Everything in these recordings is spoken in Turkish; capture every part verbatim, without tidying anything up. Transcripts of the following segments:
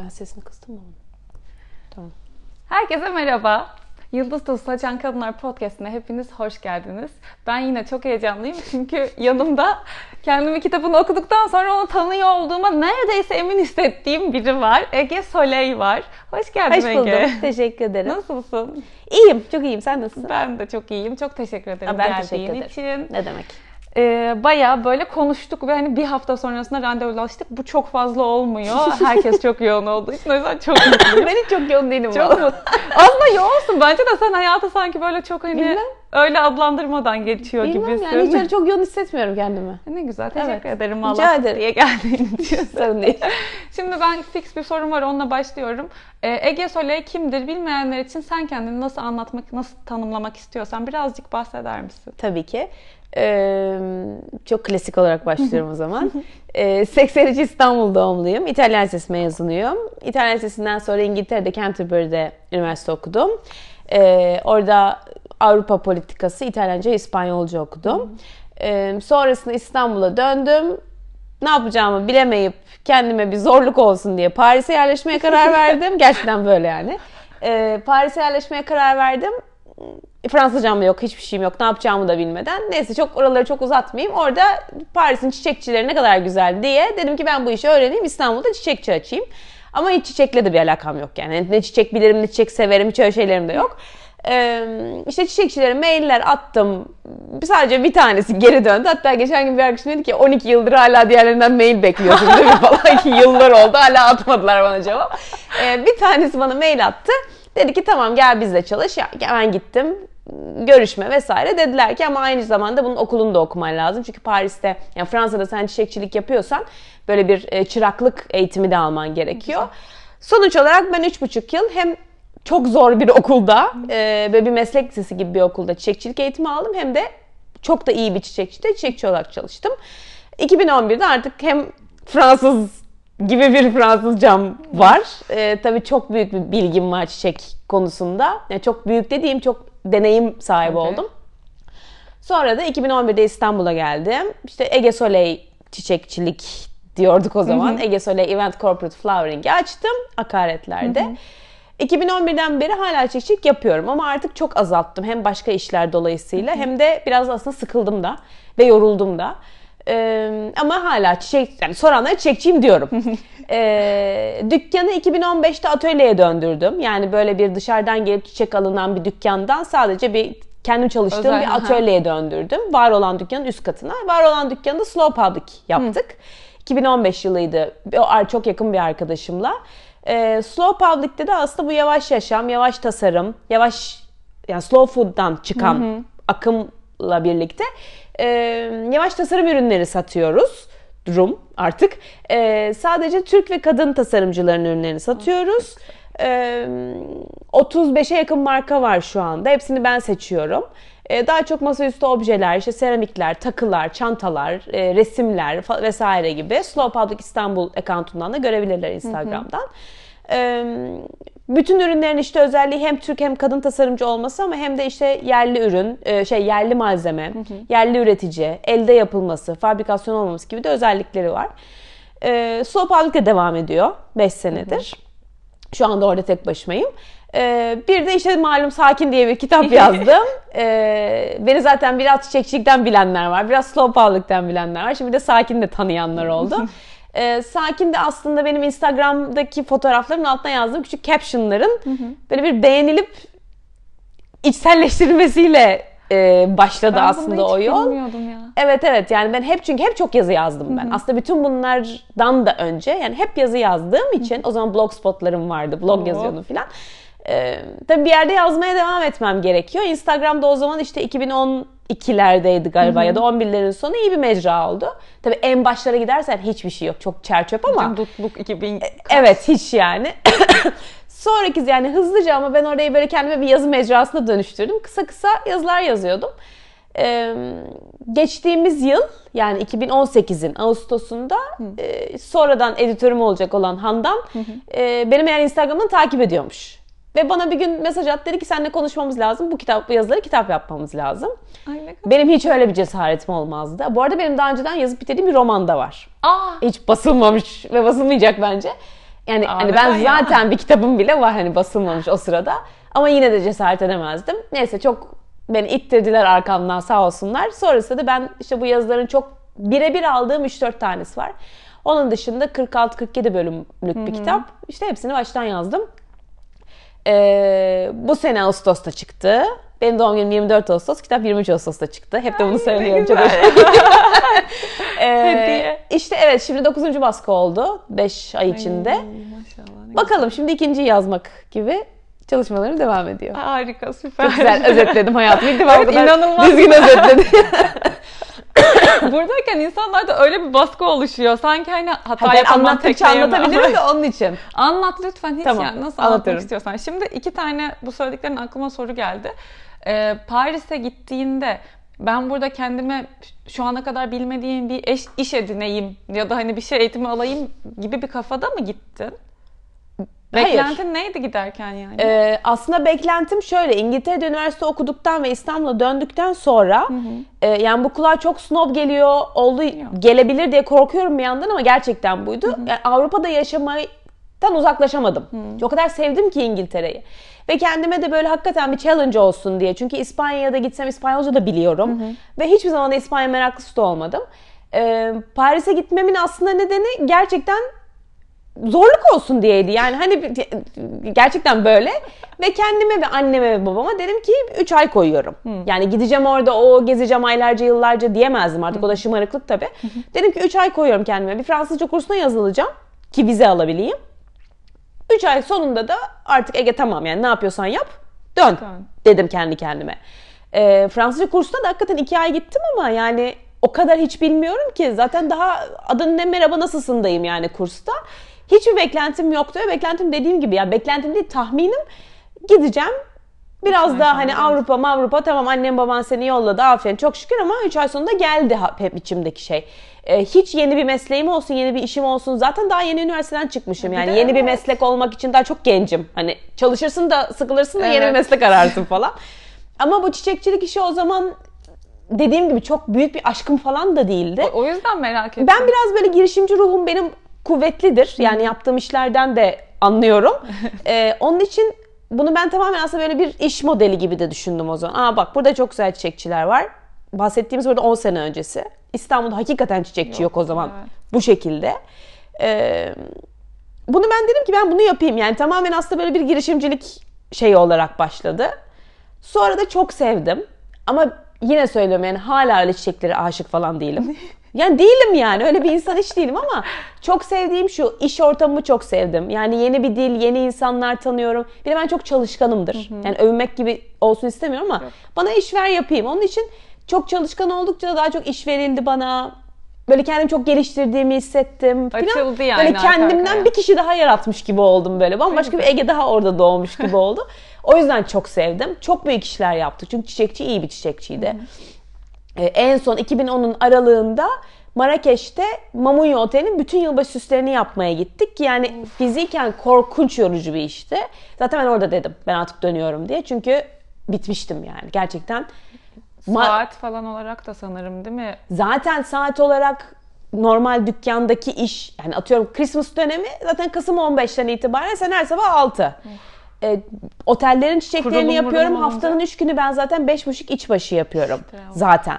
Ben sesini kıstım mı? Tamam. Herkese merhaba. Yıldız Tozu Saçan Kadınlar Podcast'ine hepiniz hoş geldiniz. Ben yine çok heyecanlıyım çünkü yanımda kendimi kitabını okuduktan sonra onu tanıyor olduğuma neredeyse emin hissettiğim biri var. Ege Soley var. Hoş geldin Hoş buldum. Ege. Teşekkür ederim. Nasılsın? İyiyim, çok iyiyim. Sen nasılsın? Ben de çok iyiyim. Çok teşekkür ederim Ben geldiğin teşekkür ederim. için. Ne demek? Ee, bayağı böyle konuştuk ve hani bir hafta sonrasında randevulaştık. Bu çok fazla olmuyor. Herkes çok yoğun olduğu için o yüzden çok mutluyum. Ben hiç çok yoğun değilim. Çok mutlu. Aslında yoğunsun. Bence de sen hayatı sanki böyle çok hani Bilmem. öyle adlandırmadan geçiyor Bilmem gibisin. yani hiç öyle çok yoğun hissetmiyorum kendimi. Ne güzel. Teşekkür Evet. ederim Rica Allah ederim. diye geldiğin için. Sorun değil. Şimdi ben fix bir sorum var. Onunla başlıyorum. Ee, Ege Soley kimdir? Bilmeyenler için sen kendini nasıl anlatmak, nasıl tanımlamak istiyorsan birazcık bahseder misin? Tabii ki. Ee, çok klasik olarak başlıyorum o zaman. ee, seksen üç İstanbul doğumluyum. İtalyan Lisesi mezunuyum. İtalyan Lisesi'nden sonra İngiltere'de Canterbury'de üniversite okudum. Ee, orada Avrupa politikası, İtalyanca, İspanyolca okudum. Ee, sonrasında İstanbul'a döndüm. Ne yapacağımı bilemeyip kendime bir zorluk olsun diye Paris'e yerleşmeye karar verdim. Gerçekten böyle yani. Ee, Paris'e yerleşmeye karar verdim. Fransızcam da yok, hiçbir şeyim yok. Ne yapacağımı da bilmeden. Neyse çok oraları çok uzatmayayım. Orada Paris'in çiçekçileri ne kadar güzel diye dedim ki ben bu işi öğreneyim. İstanbul'da çiçekçi açayım. Ama hiç çiçekle de bir alakam yok yani. Ne çiçek bilirim, ne çiçek severim, hiç öyle şeylerim de yok. Ee, işte çiçekçilere mailler attım. Sadece bir tanesi geri döndü. Hatta geçen gün bir arkadaşım dedi ki on iki yıldır hala diğerlerinden mail bekliyorsun değil mi falan ki yıllar oldu hala atmadılar bana cevap. Ee, bir tanesi bana mail attı. Dedi ki tamam gel bizle çalış. Ya, ben gittim. Görüşme vesaire. Dediler ki ama aynı zamanda bunun okulunu da okuman lazım. Çünkü Paris'te, yani Fransa'da sen çiçekçilik yapıyorsan böyle bir çıraklık eğitimi de alman gerekiyor. Güzel. Sonuç olarak ben üç buçuk yıl hem çok zor bir okulda e, böyle bir meslek lisesi gibi bir okulda çiçekçilik eğitimi aldım. Hem de çok da iyi bir çiçekçide çiçekçi olarak çalıştım. iki bin on birde artık hem Fransız gibi bir Fransızcam var. E, tabii çok büyük bir bilgim var çiçek konusunda. Yani çok büyük dediğim çok deneyim sahibi okay. oldum. Sonra da iki bin on birde İstanbul'a geldim. İşte Ege Soley çiçekçilik diyorduk o zaman. Hı hı. Ege Soley Event Corporate Flowering'i açtım Akaretler'de. Hı hı. iki bin on birden beri hala çiçekçilik yapıyorum ama artık çok azalttım. Hem başka işler dolayısıyla hı hı. hem de biraz aslında sıkıldım da ve yoruldum da. Ee, ama hala çiçek, yani soranlara çiçekçiyim diyorum. ee, dükkanı iki bin on beşte atölyeye döndürdüm. Yani böyle bir dışarıdan gelip çiçek alınan bir dükkandan sadece bir kendim çalıştığım Özel, bir atölyeye ha. döndürdüm. Var olan dükkanın üst katına. Var olan dükkanı da Slow Public yaptık. Hı. iki bin on beş yılıydı. O çok yakın bir arkadaşımla. Ee, Slow Public'te de aslında bu yavaş yaşam, yavaş tasarım, yavaş yani slow food'dan çıkan hı hı. akımla birlikte e, yavaş tasarım ürünleri satıyoruz. Durum artık. E, sadece Türk ve kadın tasarımcıların ürünlerini satıyoruz. E, otuz beşe yakın marka var şu anda. Hepsini ben seçiyorum. E, daha çok masaüstü objeler, işte seramikler, takılar, çantalar, e, resimler vesaire gibi. Slow Public İstanbul account'undan da görebilirler Instagram'dan. Hı hı. E, bütün ürünlerin işte özelliği hem Türk hem kadın tasarımcı olması ama hem de işte yerli ürün, e, şey yerli malzeme, hı hı. yerli üretici, elde yapılması, fabrikasyon olmaması gibi de özellikleri var. E, Slow Public de devam ediyor beş senedir. Hı hı. Şu anda orada tek başımayım. Ee, bir de işte malum Sakin diye bir kitap yazdım. Ee, beni zaten biraz çiçekçilikten bilenler var. Biraz slow public'ten bilenler var. Şimdi bir de Sakin de tanıyanlar oldu. Ee, Sakin de aslında benim Instagram'daki fotoğrafların altına yazdığım küçük captionların böyle bir beğenilip içselleştirilmesiyle e, başladı ben aslında o yol. Ya. Evet evet yani ben hep çünkü hep çok yazı yazdım ben. Hı hı. Aslında bütün bunlardan da önce yani hep yazı yazdığım için hı hı. o zaman blogspotlarım vardı. Blog Oo. yazıyordum filan. Ee, tabii bir yerde yazmaya devam etmem gerekiyor. Instagram'da o zaman işte iki bin on ikilerdeydi galiba hı hı. ya da on birlerin sonu iyi bir mecra oldu. Tabii en başlara gidersen hiçbir şey yok. Çok çerçöp ama. Dutluk iki bin. Evet hiç yani. Sonraki yani hızlıca ama ben orayı böyle kendime bir yazı mecrasına dönüştürdüm. Kısa kısa yazılar yazıyordum. Ee, geçtiğimiz yıl yani iki bin on sekizin Ağustos'unda e, sonradan editörüm olacak olan Handan hı hı. E, benim yani Instagram'dan takip ediyormuş. Ve bana bir gün mesaj attı, dedi ki seninle konuşmamız lazım. Bu kitap, bu yazıları kitap yapmamız lazım. Ay, benim hiç öyle bir cesaretim olmazdı. Bu arada benim daha önceden yazıp bitirdiğim bir roman da var. Aa. Hiç basılmamış ve basılmayacak bence. Yani Aa, hani ben neden ya? zaten bir kitabım bile var hani basılmamış o sırada. Ama yine de cesaret edemezdim. Neyse çok beni ittirdiler arkamdan sağ olsunlar. Sonrasında da ben işte bu yazıların çok birebir aldığım üç dört tanesi var. Onun dışında kırk altı kırk yedi bölümlük bir kitap. İşte hepsini baştan yazdım. Ee, bu sene Ağustos'ta çıktı. Benim doğum günüm yirmi dört Ağustos, kitap yirmi üç Ağustos'ta çıktı. Hep de bunu söylüyorum. Çok hoşuma gidiyor. ee, işte evet, şimdi dokuzuncu baskı oldu beş ay içinde. Ay, maşallah. Bakalım şimdi ikinciyi yazmak gibi çalışmalarım devam ediyor. Harika, süper. Çok güzel özetledim hayatımı. İlk defa Evet, bu kadar inanılmaz. düzgün özetledim. Buradayken insanlarda öyle bir baskı oluşuyor. Sanki hani hata Ben yapamam, anlattıkça tekrarlayamam. anlatabilirim de onun için. Anlat lütfen, hiç Tamam, yani nasıl anlatırım. anlatmak istiyorsan. Şimdi iki tane bu söylediklerin aklıma soru geldi. Ee, Paris'e gittiğinde ben burada kendime şu ana kadar bilmediğim bir eş, iş edineyim ya da hani bir şey eğitimi alayım gibi bir kafada mı gittin? Hayır. Beklentin neydi giderken yani? Ee, aslında beklentim şöyle: İngiltere'de üniversite okuduktan ve İstanbul'a döndükten sonra hı hı. E, yani bu kulağa çok snob geliyor, oldu gelebilir diye korkuyorum bir yandan ama gerçekten buydu. Hı hı. Yani Avrupa'da yaşamaktan uzaklaşamadım. Hı. O kadar sevdim ki İngiltere'yi. Ve kendime de böyle hakikaten bir challenge olsun diye. Çünkü İspanya'da gitsem İspanyolca da biliyorum. Hı hı. Ve hiçbir zaman da İspanya meraklısı da olmadım. Ee, Paris'e gitmemin aslında nedeni gerçekten zorluk olsun diyeydi. Yani hani gerçekten böyle. Ve kendime ve anneme ve babama dedim ki üç ay koyuyorum. Hı. Yani gideceğim orada o gezeceğim aylarca yıllarca diyemezdim artık. Hı. O da şımarıklık tabii. Hı hı. Dedim ki üç ay koyuyorum kendime. Bir Fransızca kursuna yazılacağım ki vize alabileyim. üç ay sonunda da artık Ege tamam yani ne yapıyorsan yap dön tamam. dedim kendi kendime. E, Fransızca kursuna da hakikaten iki ay gittim ama yani o kadar hiç bilmiyorum ki. Zaten daha adın ne merhaba nasılsındayım yani kursta. Hiçbir beklentim yoktu ve beklentim dediğim gibi ya beklentim değil tahminim gideceğim. Biraz daha hani Avrupa Avrupa tamam annem baban seni yolladı aferin çok şükür ama üç ay sonunda geldi hep içimdeki şey. Ee, hiç yeni bir mesleğim olsun, yeni bir işim olsun. Zaten daha yeni üniversiteden çıkmışım. Yani yeni evet. bir meslek olmak için daha çok gencim. Hani çalışırsın da sıkılırsın da evet. yeni bir meslek ararsın falan. Ama bu çiçekçilik işi o zaman dediğim gibi çok büyük bir aşkım falan da değildi. O, o yüzden merak ettim. Ben biraz böyle girişimci ruhum benim kuvvetlidir. Yani Hı. yaptığım işlerden de anlıyorum. ee, onun için bunu ben tamamen aslında böyle bir iş modeli gibi de düşündüm o zaman. Aa bak burada çok güzel çiçekçiler var. Bahsettiğimiz burada on sene öncesi. İstanbul'da hakikaten çiçekçi yok, yok o zaman evet. bu şekilde. Ee, bunu ben dedim ki ben bunu yapayım. Yani tamamen aslında böyle bir girişimcilik şeyi olarak başladı. Sonra da çok sevdim. Ama yine söylüyorum yani hala öyle çiçeklere aşık falan değilim. Yani değilim yani öyle bir insan hiç değilim ama çok sevdiğim şu iş ortamımı çok sevdim. Yani yeni bir dil, yeni insanlar tanıyorum. Bir de ben çok çalışkanımdır. Hı hı. Yani övünmek gibi olsun istemiyorum ama yok. Bana iş ver yapayım. Onun için çok çalışkan oldukça da daha çok iş verildi bana. Böyle kendimi çok geliştirdiğimi hissettim. Açıldı falan. Yani. Böyle kendimden arkaya. Bir kişi daha yaratmış gibi oldum böyle. Bambaşka bir Ege daha orada doğmuş gibi oldu. O yüzden çok sevdim. Çok büyük işler yaptık. Çünkü çiçekçi iyi bir çiçekçiydi. Hı hı. Ee, en son iki bin onun aralığında Marrakeş'te Mamunya Oteli'nin bütün yılbaşı süslerini yapmaya gittik. Yani of. Fiziken korkunç yorucu bir işti. Zaten ben orada dedim ben artık dönüyorum diye. Çünkü bitmiştim yani gerçekten. Saat Ma- falan olarak da sanırım değil mi? Zaten saat olarak normal dükkandaki iş yani atıyorum Christmas dönemi zaten Kasım on beşten itibaren sen her sabah altı. E, otellerin çiçeklerini kurulum, yapıyorum. Haftanın üç günü ben zaten beş buçuk iç başı yapıyorum işte, zaten.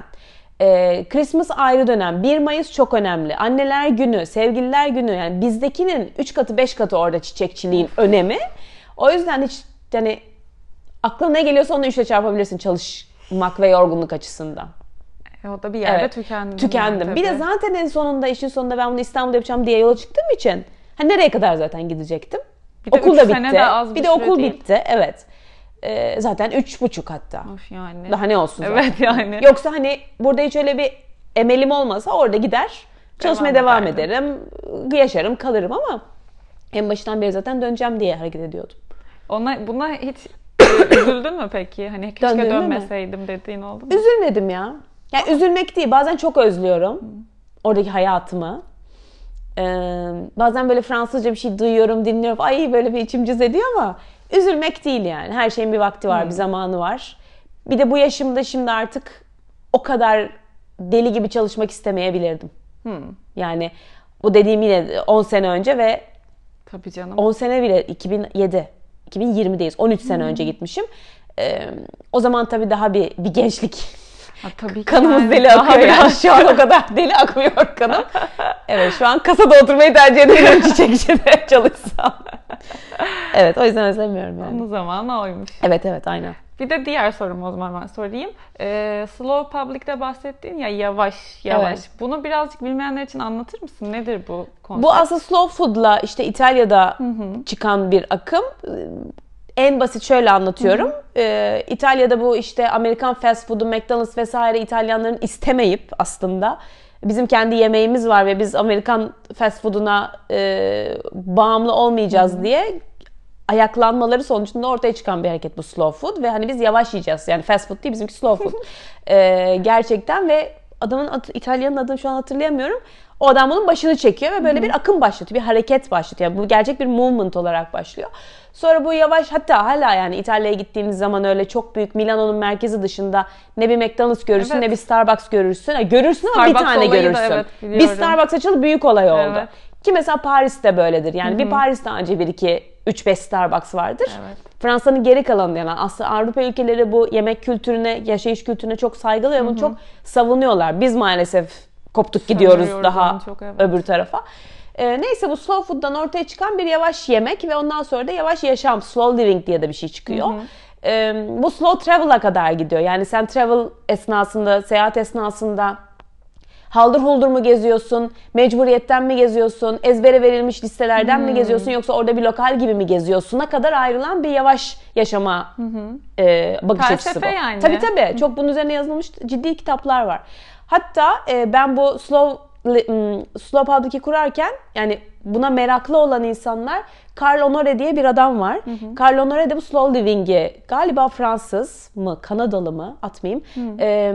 E, Christmas ayrı dönem. bir Mayıs çok önemli. Anneler günü, sevgililer günü yani bizdekinin üç katı beş katı orada çiçekçiliğin önemi. O yüzden hiç yani aklına ne geliyorsa onu üçle çarpabilirsin çalışmak ve yorgunluk açısından. E, o da bir yerde evet, tükendim. Tükendim. Yani, bir de zaten en sonunda işin sonunda ben bunu İstanbul'da yapacağım diye yola çıktığım için hani nereye kadar zaten gidecektim? Bir de okul da bitti. De az bir, bir de okul değil. bitti. Evet. Ee, zaten üç buçuk hatta. Of yani. Daha ne olsun zaten. Evet yani. Yoksa hani burada hiç öyle bir emelim olmasa orada gider çalışmaya devam, devam ederim. Yaşarım, kalırım ama en başından beri zaten döneceğim diye hareket ediyordum. Ona buna hiç üzüldün mü peki? Hani keşke Döndüğümde dönmeseydim mi? Dediğin oldu mu? Üzülmedim ya. Yani üzülmek değil. Bazen çok özlüyorum hmm. oradaki hayatımı. Ee, bazen böyle Fransızca bir şey duyuyorum, dinliyorum. Ay böyle bir içim cız ediyor ama üzülmek değil yani. Her şeyin bir vakti var, hmm. bir zamanı var. Bir de bu yaşımda şimdi artık o kadar deli gibi çalışmak istemeyebilirdim. Hmm. Yani bu dediğim yine on sene önce ve Tabii canım. on sene bile, iki bin yedi, iki bin yirmideyiz. on üç sene hmm. önce gitmişim. Ee, o zaman tabii daha bir bir gençlik. Ha, tabii kanımız yani. deli akıyor ya. Şu an o kadar deli akmıyor kanım. Evet, şu an kasada oturmayı tercih ederim çiçek işine çalışsam. Evet, o yüzden özlemiyorum yani. Onun zamanı oymuş. Evet evet, aynen. Bir de diğer sorumu o zaman ben sorayım. Ee, slow public'te bahsettiğin ya yavaş yavaş. Evet. Bunu birazcık bilmeyenler için anlatır mısın? Nedir bu konsept? Bu aslında slow food'la işte İtalya'da hı hı. çıkan bir akım. En basit şöyle anlatıyorum. Hı hı. Ee, İtalya'da bu işte Amerikan fast food'u, McDonald's vesaire İtalyanların istemeyip aslında bizim kendi yemeğimiz var ve biz Amerikan fast food'una e, bağımlı olmayacağız hı hı. diye ayaklanmaları sonucunda ortaya çıkan bir hareket bu slow food ve hani biz yavaş yiyeceğiz. Yani fast food değil, bizimki slow food. ee, gerçekten ve adamın adı, İtalyanın adını şu an hatırlayamıyorum. O adam bunun başını çekiyor ve böyle Hı-hı. bir akım başlatıyor, bir hareket başlatıyor. Yani bu gerçek bir movement olarak başlıyor. Sonra bu yavaş, hatta hala yani İtalya'ya gittiğiniz zaman öyle çok büyük Milano'nun merkezi dışında ne bir McDonald's görürsün evet. ne bir Starbucks görürsün. Yani görürsün ama Starbucks bir tane görürsün. Da, evet, bir Starbucks açıldı, büyük olay oldu. Evet. Ki mesela Paris'te böyledir. Yani Hı-hı. bir Paris'te önce bir iki üç beş Starbucks vardır. Evet. Fransa'nın geri kalanı yani aslında Avrupa ülkeleri bu yemek kültürüne, yaşayış kültürüne çok saygılı ve bunu çok savunuyorlar. Biz maalesef koptuk gidiyoruz daha çok, evet. öbür tarafa. Ee, neyse bu slow food'dan ortaya çıkan bir yavaş yemek ve ondan sonra da yavaş yaşam, slow living diye de bir şey çıkıyor. Hı hı. Ee, bu slow travel'a kadar gidiyor. Yani sen travel esnasında, seyahat esnasında haldır huldur mu geziyorsun, mecburiyetten mi geziyorsun, ezbere verilmiş listelerden hmm. mi geziyorsun yoksa orada bir lokal gibi mi geziyorsun'a kadar ayrılan bir yavaş yaşama hmm. e, bakış Felsefe açısı bu. Yani. Tabii tabii. Hmm. Çok bunun üzerine yazılmış ciddi kitaplar var. Hatta e, ben bu slow Slow Public'i kurarken yani buna meraklı olan insanlar Carl Honore diye bir adam var. Hı hı. Carl Honore de bu slow living'i galiba Fransız mı, Kanadalı mı atmayayım. E,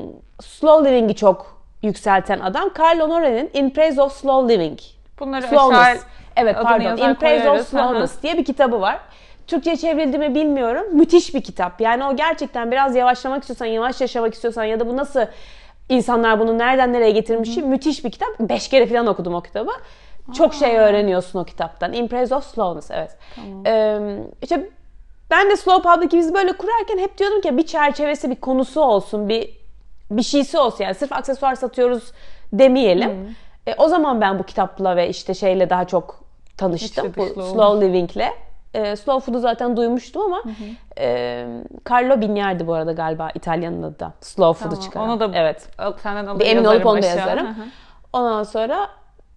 slow living'i çok yükselten adam. Carl Honore'nin In Praise of Slow Living. Bunları aşağı Evet pardon. In Praise of Slowness diye bir kitabı var. Türkçe'ye çevrildi mi bilmiyorum. Müthiş bir kitap. Yani o gerçekten biraz yavaşlamak istiyorsan, yavaş yaşamak istiyorsan ya da bu nasıl insanlar bunu nereden nereye getirmiş müthiş bir kitap. Beş kere falan okudum o kitabı. Çok Aa. şey öğreniyorsun o kitaptan. In Praise of Slowness, evet. Tamam. Ee, işte ben de Slow Public'i biz böyle kurarken hep diyordum ki bir çerçevesi, bir konusu olsun, bir bir şeysi olsun yani sırf aksesuar satıyoruz demeyelim. Hmm. E, o zaman ben bu kitapla ve işte şeyle daha çok tanıştım. Bu slow, slow Living'le. E, slow Food'u zaten duymuştum ama hı hı. E, Carlo Bignardi bu arada galiba İtalyanın adı da. Slow Food'u tamam, çıkaran. Onu da evet. Senden bir emin olup onu da yazarım. Hı hı. Ondan sonra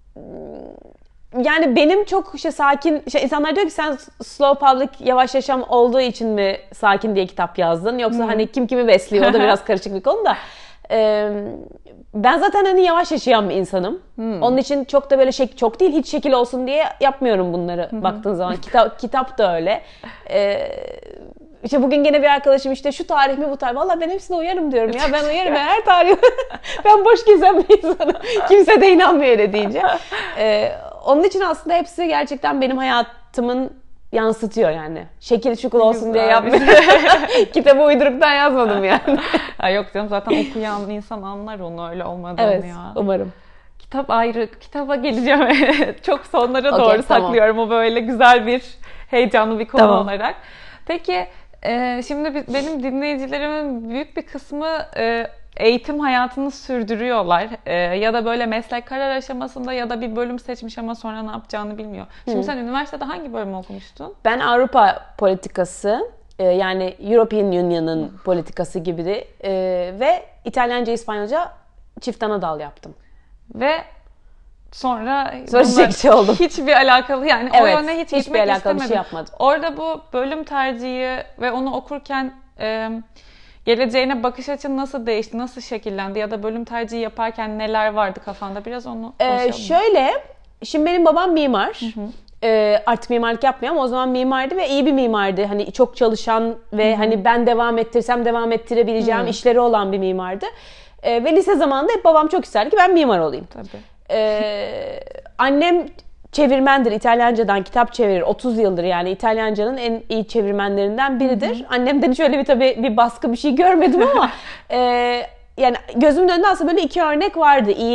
yani benim çok işte sakin, işte insanlar diyor ki sen slow public yavaş yaşam olduğu için mi sakin diye kitap yazdın? Yoksa hmm. hani kim kimi besliyor? O da biraz karışık bir konu da. Ee, ben zaten hani yavaş yaşayan bir insanım. Hmm. Onun için çok da böyle şek çok değil hiç şekil olsun diye yapmıyorum bunları hmm. baktığın zaman. Kitap, kitap da öyle. Ee, işte bugün gene bir arkadaşım işte şu tarih mi bu tarih. Vallahi ben hepsine uyarım diyorum ya. Ben uyarım ben her tarih. Ben boş gezen bir insanım. Kimse de inanmıyor öyle deyince. Ee, onun için aslında hepsi gerçekten benim hayatımın yansıtıyor yani. Şekil şukul olsun diye yapmıyorum. Kitabı uyduruktan yazmadım yani. Ha, yok canım zaten okuyan insan anlar onu öyle olmadığını evet, ya. Evet umarım. Kitap ayrı. Kitaba geleceğim. Çok sonlara okay, doğru tamam. saklıyorum o böyle güzel bir heyecanlı bir konu tamam. olarak. Peki e, şimdi benim dinleyicilerimin büyük bir kısmı e, eğitim hayatını sürdürüyorlar ee, ya da böyle meslek karar aşamasında ya da bir bölüm seçmiş ama sonra ne yapacağını bilmiyor. Şimdi Hı. sen üniversitede hangi bölüm okumuştun? Ben Avrupa politikası e, yani European Union'ın Hı. politikası gibiydi e, ve İtalyanca, İspanyolca çift ana dal yaptım. Ve sonra, sonra çiçekçi oldum. Hiçbir alakalı yani evet, o yöne hiç hiçbir alakalı bir şey yapmadım. Orada bu bölüm tercihi ve onu okurken e, geleceğine bakış açın nasıl değişti, nasıl şekillendi ya da bölüm tercihi yaparken neler vardı kafanda? Biraz onu konuşalım. Ee, şöyle, şimdi benim babam mimar. Hı hı. Ee, artık mimarlık yapmıyor ama o zaman mimardı ve iyi bir mimardı. Hani çok çalışan ve hı hı. hani ben devam ettirsem devam ettirebileceğim hı. işleri olan bir mimardı. Ee, ve lise zamanında hep babam çok isterdi ki ben mimar olayım. Tabii. Ee, annem çevirmendir. İtalyancadan kitap çevirir. otuz yıldır yani İtalyancanın en iyi çevirmenlerinden biridir. Hı hı. Annemden hiç öyle bir tabii bir baskı bir şey görmedim ama e, yani gözümün önünde aslında böyle iki örnek vardı. İyi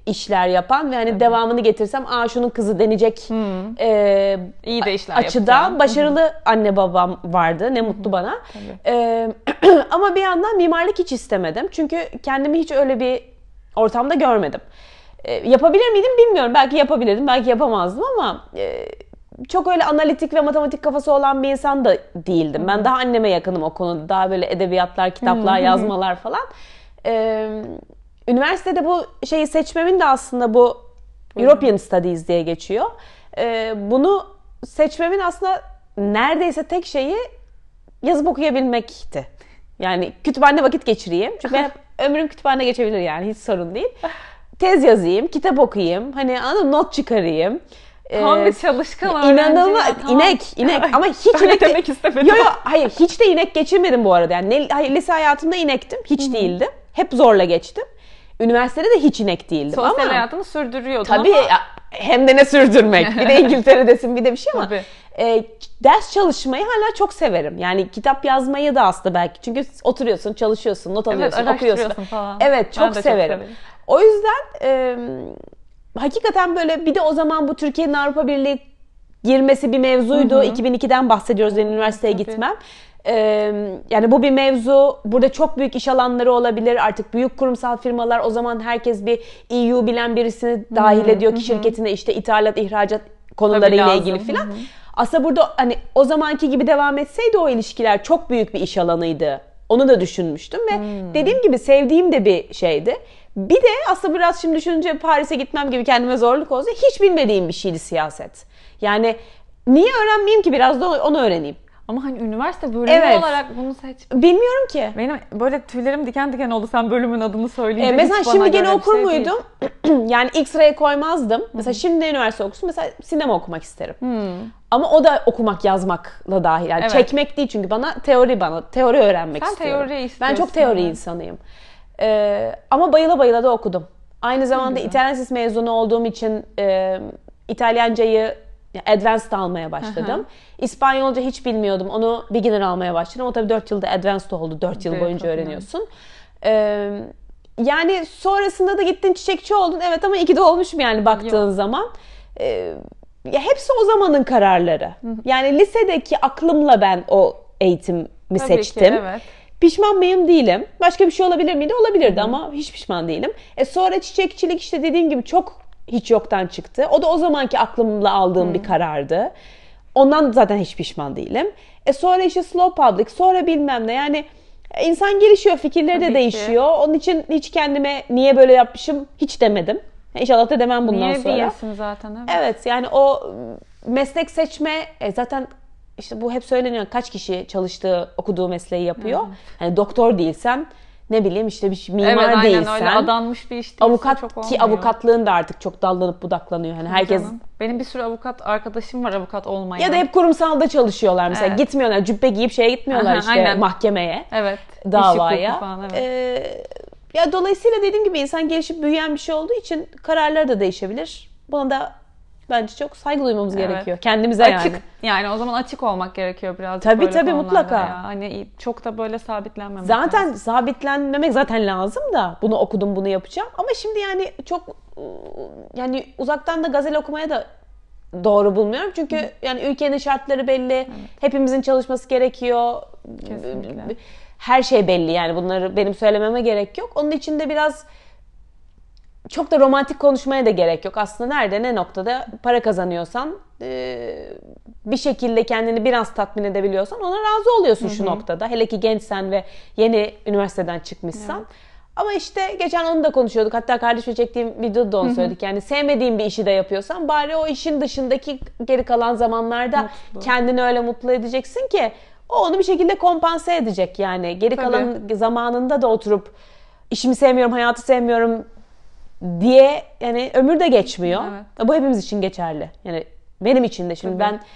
işler yapan ve hani Tabii. devamını getirsem aa şunun kızı denecek hmm. e, İyi de işler açıda yapacağım. başarılı Hı-hı. anne babam vardı. Ne Hı-hı. mutlu bana. E, ama bir yandan mimarlık hiç istemedim. Çünkü kendimi hiç öyle bir ortamda görmedim. E, yapabilir miydim bilmiyorum. Belki yapabilirdim, belki yapamazdım ama e, çok öyle analitik ve matematik kafası olan bir insan da değildim. Hı-hı. Ben daha anneme yakınım o konuda. Daha böyle edebiyatlar, kitaplar, Hı-hı. yazmalar falan. E, üniversitede bu şeyi seçmemin de aslında bu Hı-hı. European Studies diye geçiyor. E, bunu seçmemin aslında neredeyse tek şeyi yazıp okuyabilmekti. Yani kütüphanede vakit geçireyim. Çünkü ben ömrüm kütüphanede geçebilir yani hiç sorun değil. Tez yazayım, kitap okuyayım, hani anladın, not çıkarayım. Tam ee, bir çalışkan öğrenci. İnanılmaz. Ya, tamam. İnek, inek ama hiç Öyle inek demek istemedim. Yok yok, hayır hiç de inek geçirmedim bu arada. Yani ne, hayır, lise hayatımda inektim, hiç Hı-hı. değildim. Hep zorla geçtim. Üniversitede de hiç inek değildim. Sosyal ama hayatını sürdürüyordun tabii, ama. Hem de ne sürdürmek. Bir de İngiltere'desin bir de bir şey ama e, ders çalışmayı hala çok severim. Yani kitap yazmayı da aslında belki. Çünkü oturuyorsun, çalışıyorsun, not alıyorsun, evet, okuyorsun. Falan. Evet, çok severim. çok severim. O yüzden e, hakikaten böyle bir de o zaman bu Türkiye'nin Avrupa Birliği girmesi bir mevzuydu. Hı hı. iki bin ikiden bahsediyoruz benim üniversiteye Tabii. gitmem. Ee, yani bu bir mevzu. Burada çok büyük iş alanları olabilir. Artık büyük kurumsal firmalar, o zaman herkes bir E U bilen birisini dahil ediyor ki hı hı. şirketine işte ithalat, ihracat konularıyla ilgili filan. Aslında burada hani o zamanki gibi devam etseydi o ilişkiler çok büyük bir iş alanıydı. Onu da düşünmüştüm ve hmm. dediğim gibi sevdiğim de bir şeydi. Bir de aslında biraz şimdi düşününce Paris'e gitmem gibi kendime zorluk olsa hiç bilmediğim bir şeydi siyaset. Yani niye öğrenmeyeyim ki, biraz da onu öğreneyim. Ama hani üniversite bölümü evet. olarak bunu seç. Bilmiyorum ki. Benim böyle tüylerim diken diken oldu sen bölümün adını söyleyince. E, mesela şimdi gene okur şey muydum? Yani ilk sıraya koymazdım. Hı-hı. Mesela şimdi de üniversite okusun. Mesela sinema okumak isterim. Hı. Ama o da okumak, yazmakla dahil. Yani evet. çekmek değil çünkü bana teori bana teori öğrenmek sen istiyorum. Sen teori istiyorsun. Ben çok teori yani. insanıyım. Ee, ama bayıla bayıla da okudum. Aynı zamanda İtalyan Lisesi mezunu olduğum için e, İtalyancayı Advanced almaya başladım. Hı-hı. İspanyolca hiç bilmiyordum. Onu beginner almaya başladım. O tabii dört yılda Advanced oldu. dört yıl evet, boyunca öğreniyorsun. Ee, yani sonrasında da gittin çiçekçi oldun. Evet ama iki de olmuşum yani baktığın Yok. zaman. Ee, ya hepsi o zamanın kararları. Hı-hı. Yani lisedeki aklımla ben o eğitimi tabii seçtim. Ki, evet. Pişman mıyım? Değilim. Başka bir şey olabilir miydi? Olabilirdi Hı-hı. ama hiç pişman değilim. E sonra çiçekçilik işte dediğim gibi çok hiç yoktan çıktı. O da o zamanki aklımla aldığım Hı-hı. bir karardı. Ondan zaten hiç pişman değilim. E sonra işte slow public, sonra bilmem ne. Yani insan gelişiyor, fikirleri Tabii de değişiyor. Ki. Onun için hiç kendime niye böyle yapmışım hiç demedim. İnşallah da demem bundan niye sonra. Niye diyorsun zaten? Evet. evet yani o meslek seçme e zaten işte bu hep söyleniyor. Kaç kişi çalıştığı, okuduğu mesleği yapıyor. Evet. Hani doktor değilsen, ne bileyim işte bir mimar evet, aynen değilsen. Öyle adanmış bir iş değilse avukat çok olmuyor. Ki avukatlığın da artık çok dallanıp budaklanıyor. Hani herkes Canım. Benim bir sürü avukat arkadaşım var avukat olmayan. Ya da hep kurumsalda çalışıyorlar mesela. Evet. Gitmiyorlar, cübbe giyip şeye gitmiyorlar Aha, işte aynen. mahkemeye. Evet. Davaya. Falan, evet. Ee, ya dolayısıyla dediğim gibi insan gelişip büyüyen bir şey olduğu için kararları da değişebilir. Buna da bence çok saygı duymamız evet. gerekiyor. Kendimize açık, yani. Yani o zaman açık olmak gerekiyor birazcık tabii, böyle tabii, mutlaka. Ya. Hani çok da böyle sabitlenmemek zaten lazım. sabitlenmemek zaten lazım da bunu okudum bunu yapacağım. Ama şimdi yani çok yani uzaktan da gazel okumaya da doğru bulmuyorum. Çünkü Hı. yani ülkenin şartları belli. Evet. Hepimizin çalışması gerekiyor. Kesinlikle. Her şey belli yani, bunları benim söylememe gerek yok. Onun için de biraz çok da romantik konuşmaya da gerek yok. Aslında nerede, ne noktada para kazanıyorsan, bir şekilde kendini biraz tatmin edebiliyorsan ona razı oluyorsun Hı-hı. şu noktada. Hele ki gençsen ve yeni üniversiteden çıkmışsan. Evet. Ama işte geçen onu da konuşuyorduk. Hatta kardeşimle çektiğim videoda da onu Hı-hı. söyledik. Yani sevmediğin bir işi de yapıyorsan bari o işin dışındaki geri kalan zamanlarda mutlu. Kendini öyle mutlu edeceksin ki o onu bir şekilde kompanse edecek yani. Geri Tabii. kalan zamanında da oturup işimi sevmiyorum, hayatı sevmiyorum diye yani ömür de geçmiyor. Evet. Bu hepimiz için geçerli. Yani benim için de şimdi Tabii. ben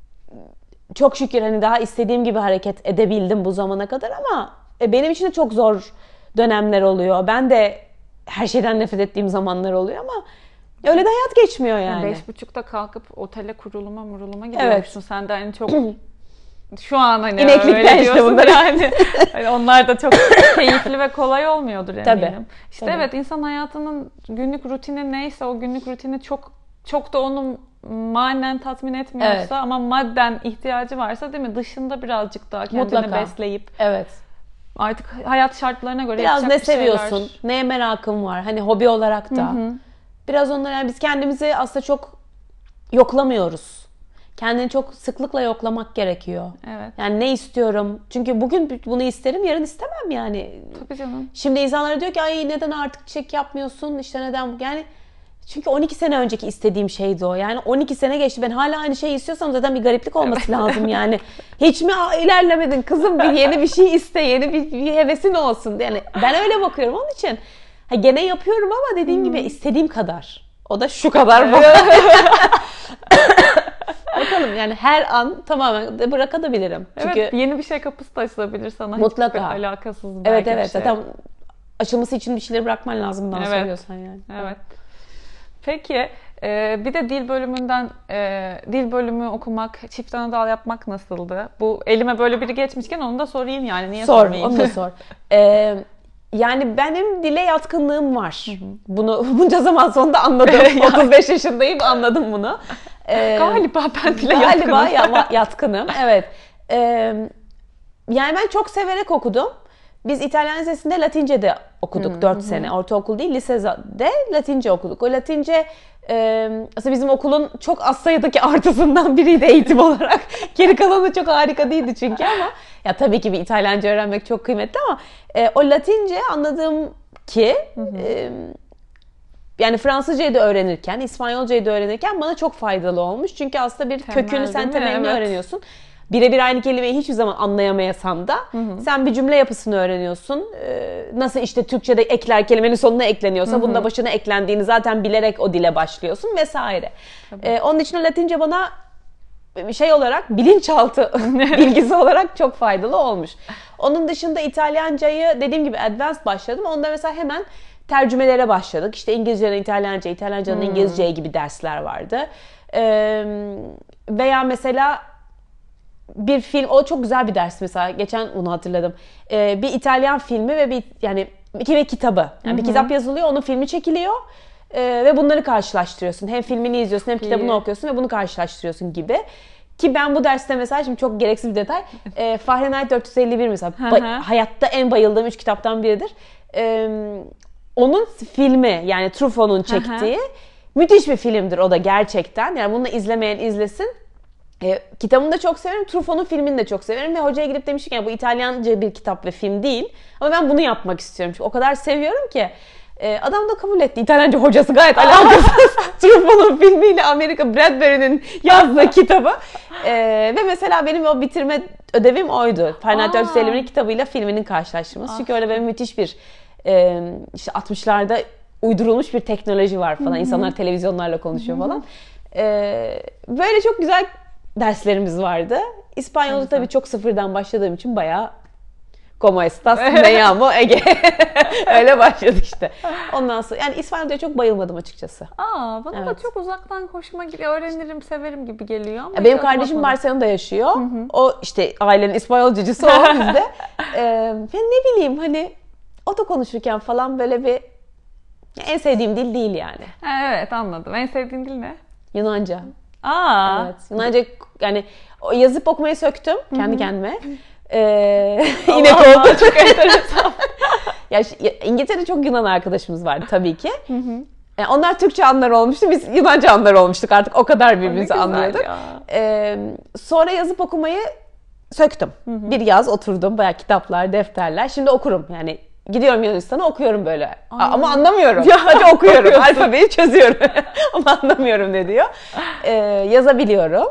çok şükür hani daha istediğim gibi hareket edebildim bu zamana kadar ama benim için de çok zor dönemler oluyor. Ben de her şeyden nefret ettiğim zamanlar oluyor ama öyle de hayat geçmiyor yani. Beş buçukta kalkıp otele kuruluma muruluma gidiyormuşsun. Evet. Sen de hani çok şu an hani İneklikten öyle işte diyorsun bunları. yani. Hani onlar da çok keyifli ve kolay olmuyordur eminim. Tabii. İşte Tabii. evet, insan hayatının günlük rutini neyse o günlük rutini çok çok da onu manen tatmin etmiyorsa Evet. ama madden ihtiyacı varsa değil mi? Dışında birazcık daha kendini Mutlaka. besleyip Evet. artık hayat şartlarına göre Biraz yapacak ne bir şeyler. seviyorsun, neye merakın var, hani hobi olarak da. Hı hı. Biraz onları, yani biz kendimizi aslında çok yoklamıyoruz. Kendini çok sıklıkla yoklamak gerekiyor. Evet. Yani ne istiyorum? Çünkü bugün bunu isterim, yarın istemem yani. Tabii canım. Şimdi insanlara diyor ki ay neden artık çiçek yapmıyorsun? İşte neden? Yani çünkü on iki sene önceki istediğim şeydi o. Yani on iki sene geçti. Ben hala aynı şeyi istiyorsam zaten bir gariplik olması lazım yani. Hiç mi ilerlemedin kızım? Bir yeni bir şey iste, yeni bir, bir hevesin olsun. Yani ben öyle bakıyorum onun için. Ha, gene yapıyorum ama dediğim gibi istediğim kadar. O da şu kadar. Bakalım yani her an tamamen de bırakabilirim. Çünkü Evet, yeni bir şey kapısı da açılabilir sana. Mutlaka. Hiçbir alakasız belki evet bir evet şey. zaten açılması için bir şeyleri bırakman lazım daha Evet. soruyorsan yani. Evet. Peki e, bir de dil bölümünden e, dil bölümü okumak, çift ana dal yapmak nasıldı? Bu elime böyle biri geçmişken onu da sorayım yani. Niye Sor, sormayayım? onu da sor. Ee, yani benim dile yatkınlığım var. Bunu bunca zaman sonunda anladım. otuz beş yaşındayım, anladım bunu. Ee, Galiba ben dile galiba yatkınım. ya- yatkınım. Evet. Ee, yani ben çok severek okudum. Biz İtalyan Lisesi'nde Latince'de okuduk dört sene. Ortaokul değil, lisede Latince okuduk. O Latince e, aslında bizim okulun çok az sayıdaki artısından biriydi eğitim olarak. Geri kalanı çok harika değildi çünkü ama ya tabii ki bir İtalyanca öğrenmek çok kıymetli ama e, o Latince anladığım ki e, yani Fransızcayı da öğrenirken, İspanyolcayı da öğrenirken bana çok faydalı olmuş. Çünkü aslında bir Temel, kökünü, sen değil mi? temelini Evet. öğreniyorsun. Birebir aynı kelimeyi hiçbir zaman anlayamayasam da sen bir cümle yapısını öğreniyorsun. Ee, nasıl işte Türkçe'de ekler kelimenin sonuna ekleniyorsa bunda başına eklendiğini zaten bilerek o dile başlıyorsun vesaire. Ee, onun için o Latince bana şey olarak bilinçaltı bilgisi olarak çok faydalı olmuş. Onun dışında İtalyancayı dediğim gibi advanced başladım. Onda mesela hemen tercümelere başladık. İşte İngilizce'den İtalyanca, İtalyancadan İngilizce'ye gibi dersler vardı. Ee, veya mesela bir film, o çok güzel bir ders mesela. Geçen onu hatırladım. Ee, bir İtalyan filmi ve bir yani iki ve kitabı. Yani bir kitap yazılıyor, onun filmi çekiliyor. Ee, ve bunları karşılaştırıyorsun. Hem filmini izliyorsun hem kitabını okuyorsun ve bunu karşılaştırıyorsun gibi. Ki ben bu derste mesela, şimdi çok gereksiz bir detay, e, Fahrenheit dört yüz elli bir mesela ba- hayatta en bayıldığım üç kitaptan biridir. Ee, onun filmi, yani Truffaut'un çektiği müthiş bir filmdir o da gerçekten. Yani bunu izlemeyen izlesin. E, kitabını da çok severim, Truffaut'un filmini de çok severim ve hocaya gidip demiştik yani bu İtalyanca bir kitap ve film değil ama ben bunu yapmak istiyorum çünkü o kadar seviyorum ki. E, adam da kabul etti. İtalyanca hocası gayet alakasız. Truffaut'un filmiyle Amerika Bradbury'nin yazdığı kitabı. E, ve mesela benim o bitirme ödevim oydu. Fahrenheit dört yüz elli bir'in kitabıyla filminin karşılaştırması. Çünkü öyle böyle müthiş bir e, işte altmışlarda uydurulmuş bir teknoloji var falan. İnsanlar televizyonlarla konuşuyor falan. E, böyle çok güzel derslerimiz vardı. İspanyolca tabii çok sıfırdan başladığım için bayağı como estas, me llamo Ege. Öyle başladık işte. Ondan sonra yani İspanyolca'ya çok bayılmadım açıkçası. Aa, bana da Evet. çok uzaktan hoşuma gidiyor. Öğrenirim, severim gibi geliyor ama Benim hiç kardeşim atmadım. Barcelona'da yaşıyor. O işte ailenin İspanyolcacısı o bizde. Ee, ya ne bileyim hani o da konuşurken falan böyle bir en sevdiğim dil değil yani. Ha, evet, anladım. En sevdiğin dil ne? Yunanca. Aa. Evet. Yunanca yani o yazıp okumayı söktüm kendi kendime. Ee, yine Allah, oldu. çok enteresan. Ya, ş- ya İngiltere'de çok Yunan arkadaşımız vardı tabii ki. Yani onlar Türkçe anlar olmuştu, biz Yunanca anlar olmuştuk artık o kadar birbirimizi güzel anlıyorduk. ya. Ee, sonra yazıp okumayı söktüm. Bir yaz oturdum, bayağı kitaplar, defterler. Şimdi okurum yani. Gidiyorum Yunanistan'a okuyorum böyle. A- Ama anlamıyorum. Sadece okuyorum. Alfabeyi çözüyorum. Ama anlamıyorum ne diyor. Ee, yazabiliyorum.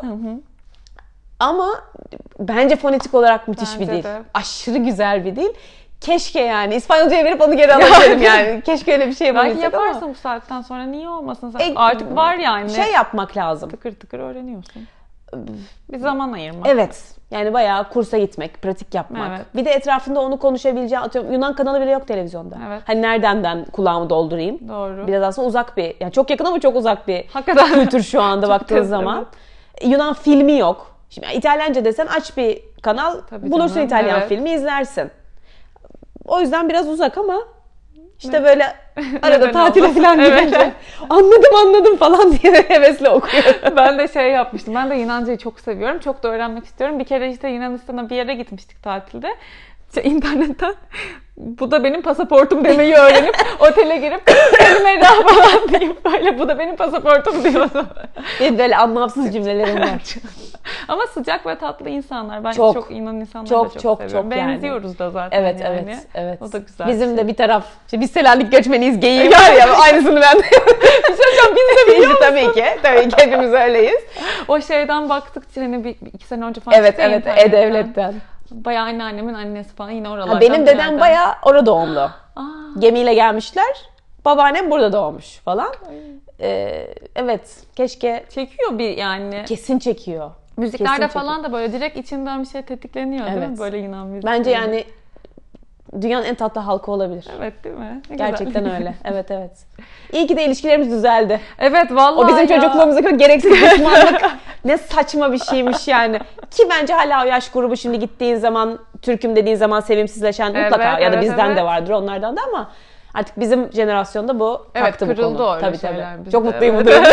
Ama bence fonetik olarak müthiş Bence bir dil. de. Aşırı güzel bir dil. Keşke yani İspanyolcaya verip onu geri alabilirim yani. Keşke öyle bir şey Belki yapabilsek ama. yaparsın bu saatten sonra, niye olmasın? Sen E, artık var yani. Şey yapmak lazım. tıkır tıkır öğreniyorsun. Bir zaman ayırmak. Evet. Yani bayağı kursa gitmek, pratik yapmak. Evet. Bir de etrafında onu konuşabileceğin, atıyorum Yunan kanalı bile yok televizyonda. Evet. Hani nereden ben kulağımı doldurayım? Doğru. Biraz aslında uzak bir, yani çok yakın ama çok uzak bir Hakikaten. kültür şu anda Çok baktığın tez, zaman. Yunan filmi yok. Şimdi İtalyanca desen aç bir kanal, Tabii bulursun canım, İtalyan evet. filmi izlersin. O yüzden biraz uzak ama işte böyle arada Neden tatile olmasın? falan Evet. gidince anladım anladım falan diye hevesle okuyorum. Ben de şey yapmıştım. Ben de Yunancayı çok seviyorum. Çok da öğrenmek istiyorum. Bir kere işte Yunanistan'a bir yere gitmiştik tatilde. İşte internetten bu da benim pasaportum demeyi öğrenip otele girip elime daha falan deyip böyle bu da benim pasaportum diyordum. Benim böyle anlamsız cümlelerim var. Ama sıcak ve tatlı insanlar. Ben Çok, çok, Yunan insanları çok, da çok, çok, seviyorum. çok yani. Benziyoruz da zaten Evet, yani. evet, evet. O da güzel. Bizim bir de şey. bir taraf, işte biz Selanik göçmeniyiz geyiği var ya, aynısını ben de Bir şey söyleyeceğim, biz de biliyor musun? tabii ki, tabii ki hepimiz öyleyiz. O şeyden baktıkça hani bir, bir iki sene önce falan Evet, çıktı ya evet, internetten. E-Devlet'ten. Bayağı anneannemin annesi falan yine oralardan. Ha, benim bir dedem yerden. bayağı orada doğumlu. Aa, Gemiyle gelmişler. Babaannem burada doğmuş falan. Ee, evet, keşke çekiyor bir yani. kesin çekiyor. Müziklerde Kesin falan da böyle direkt içinden bir şey tetikleniyor değil Evet. mi? Böyle Yunan müziği. Bence yani dünyanın en tatlı halkı olabilir. Evet değil mi? Ne Gerçekten güzel. öyle. Evet, evet. İyi ki de ilişkilerimiz düzeldi. Evet vallahi O bizim ya. çocukluğumuzdaki gereksiz düşmanlık ne saçma bir şeymiş yani. Ki bence hala o yaş grubu şimdi gittiğin zaman, Türk'üm dediğin zaman sevimsizleşen Evet, mutlaka ya da evet, bizden evet. de vardır, onlardan da, ama artık bizim jenerasyonda bu Evet, kalktı bu kırıldı konu. öyle Tabii şeyler tabii. bizde, Çok mutluyum bu evet. durumda.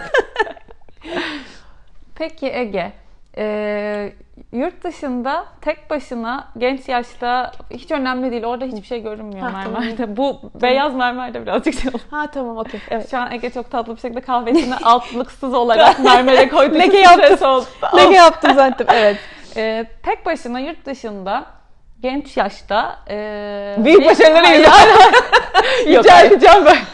Peki Ege, e, yurt dışında tek başına genç yaşta hiç önemli değil. Orada hiçbir şey görünmüyor Ha, tamam. mermerde. Bu beyaz mermerde birazcık şey oldu. Ha tamam, okey. Evet. Şu an Ege çok tatlı bir şekilde kahvesini altlıksız olarak mermere koydu. Leke Stres yaptım. oldu. Leke yaptım zaten. Evet. E, tek başına yurt dışında genç yaşta e, Büyük bir- başarıları Hayır, imza. Yok, Rica hayır. edeceğim ben.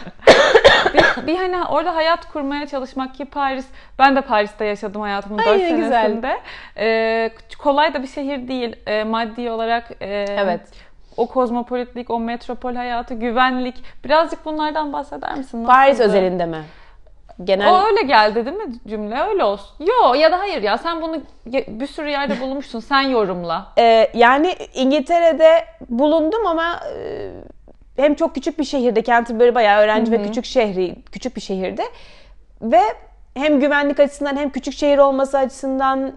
bir, bir hani orada hayat kurmaya çalışmak ki Paris, ben de Paris'te yaşadım hayatımın Ay, dört ne güzel. senesinde. Ee, kolay da bir şehir değil ee, maddi olarak. ee, Evet. O kozmopolitlik, o metropol hayatı, güvenlik. Birazcık bunlardan bahseder misin? Paris Nasıldı? özelinde mi? Genel... O öyle geldi değil mi cümle? Öyle olsun. Yo ya da hayır ya sen bunu bir sürü yerde bulmuşsun. Sen yorumla. Ee, yani İngiltere'de bulundum ama e, hem çok küçük bir şehirde, Canterbury bayağı öğrenci ve küçük şehri, küçük bir şehirde ve hem güvenlik açısından hem küçük şehir olması açısından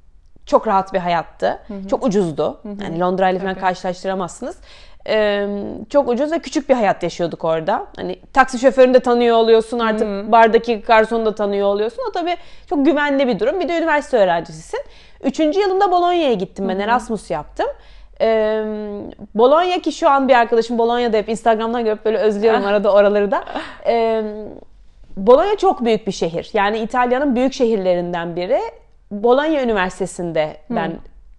çok rahat bir hayattı. Çok ucuzdu. Yani Londra ile falan Tabii. karşılaştıramazsınız. Ee, çok ucuz ve küçük bir hayat yaşıyorduk orada. Hani taksi şoförünü de tanıyor oluyorsun, artık bardaki garsonu da tanıyor oluyorsun. O tabii çok güvenli bir durum. Bir de üniversite öğrencisisin. Üçüncü yılımda Bologna'ya gittim ben, Erasmus yaptım. Ee, Bologna, ki şu an bir arkadaşım Bologna'da, hep Instagram'dan görüp böyle özlüyorum arada oraları da. Ee, Bologna çok büyük bir şehir. Yani İtalya'nın büyük şehirlerinden biri. Bologna Üniversitesi'nde ben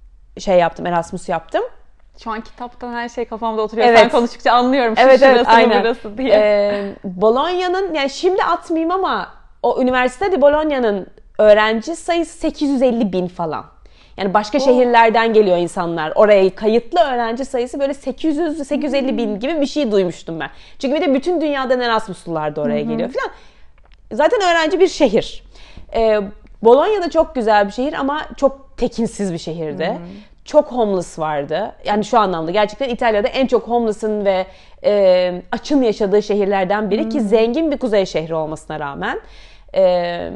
şey yaptım, Erasmus yaptım. Şu an kitaptan her şey kafamda oturuyor. Evet. Sen konuştukça anlıyorum. Şu Evet, evet, şurası mı, aynen. burası diye. Ee, Bologna'nın, yani şimdi atmayayım ama o üniversite de Bologna'nın öğrenci sayısı sekiz yüz elli bin falan. Yani başka şehirlerden geliyor insanlar. Oraya kayıtlı öğrenci sayısı böyle sekiz yüz sekiz yüz elli bin gibi bir şey duymuştum ben. Çünkü bir de bütün dünyadan Erasmuslular da oraya geliyor falan. Zaten öğrenci bir şehir. Ee, Bologna da çok güzel bir şehir ama çok tekinsiz bir şehirdi. Çok homeless vardı. Yani şu anlamda gerçekten İtalya'da en çok homeless'ın ve e, açın yaşadığı şehirlerden biri, ki zengin bir kuzey şehri olmasına rağmen. E,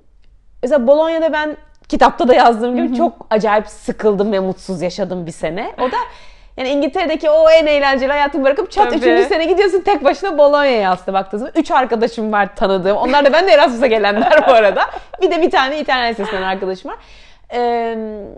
mesela Bologna'da ben kitapta da yazdığım gibi çok acayip sıkıldım ve mutsuz yaşadım bir sene. O da yani İngiltere'deki o en eğlenceli hayatımı bırakıp çat Tabii. üçüncü sene gidiyorsun tek başına Bologna'ya aslında baktığınız zaman. Üç arkadaşım var tanıdığım. Onlar da ben de Erasmus'a gelenler bu arada. Bir de bir tane İtalyan lisesinden arkadaşım var. Ee,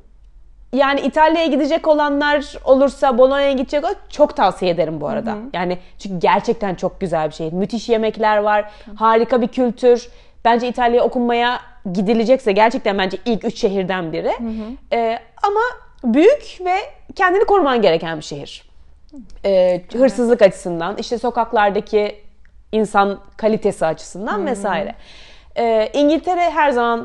yani İtalya'ya gidecek olanlar olursa, Bologna'ya gidecek olanlar, çok tavsiye ederim bu arada. Yani çünkü gerçekten çok güzel bir şehir. Müthiş yemekler var. Harika bir kültür. Bence İtalya'ya okunmaya gidilecekse gerçekten bence ilk üç şehirden biri. Ee, ama büyük ve kendini koruman gereken bir şehir. Ee, hırsızlık açısından, işte sokaklardaki insan kalitesi açısından vesaire. Ee, İngiltere her zaman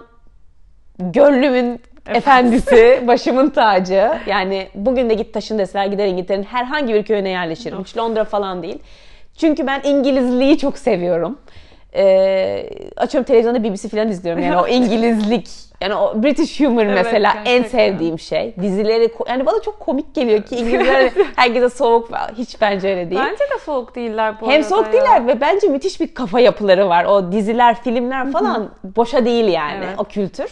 gönlümün efendisi, başımın tacı. Yani bugün de git taşın deseler gider İngiltere'nin herhangi bir köyüne yerleşirim. Hiç Londra falan değil. Çünkü ben İngilizliği çok seviyorum. Ee, açıyorum televizyonda B B C falan izliyorum, yani o İngilizlik, yani o British humor Evet, mesela en gerçekten. sevdiğim şey. Dizileri yani bana çok komik geliyor ki İngilizler herkese soğuk falan. Hiç bence öyle değil. Bence de soğuk değiller bu Hem arada soğuk ya. değiller ve bence müthiş bir kafa yapıları var. O diziler, filmler falan boşa değil yani, Evet. o kültür.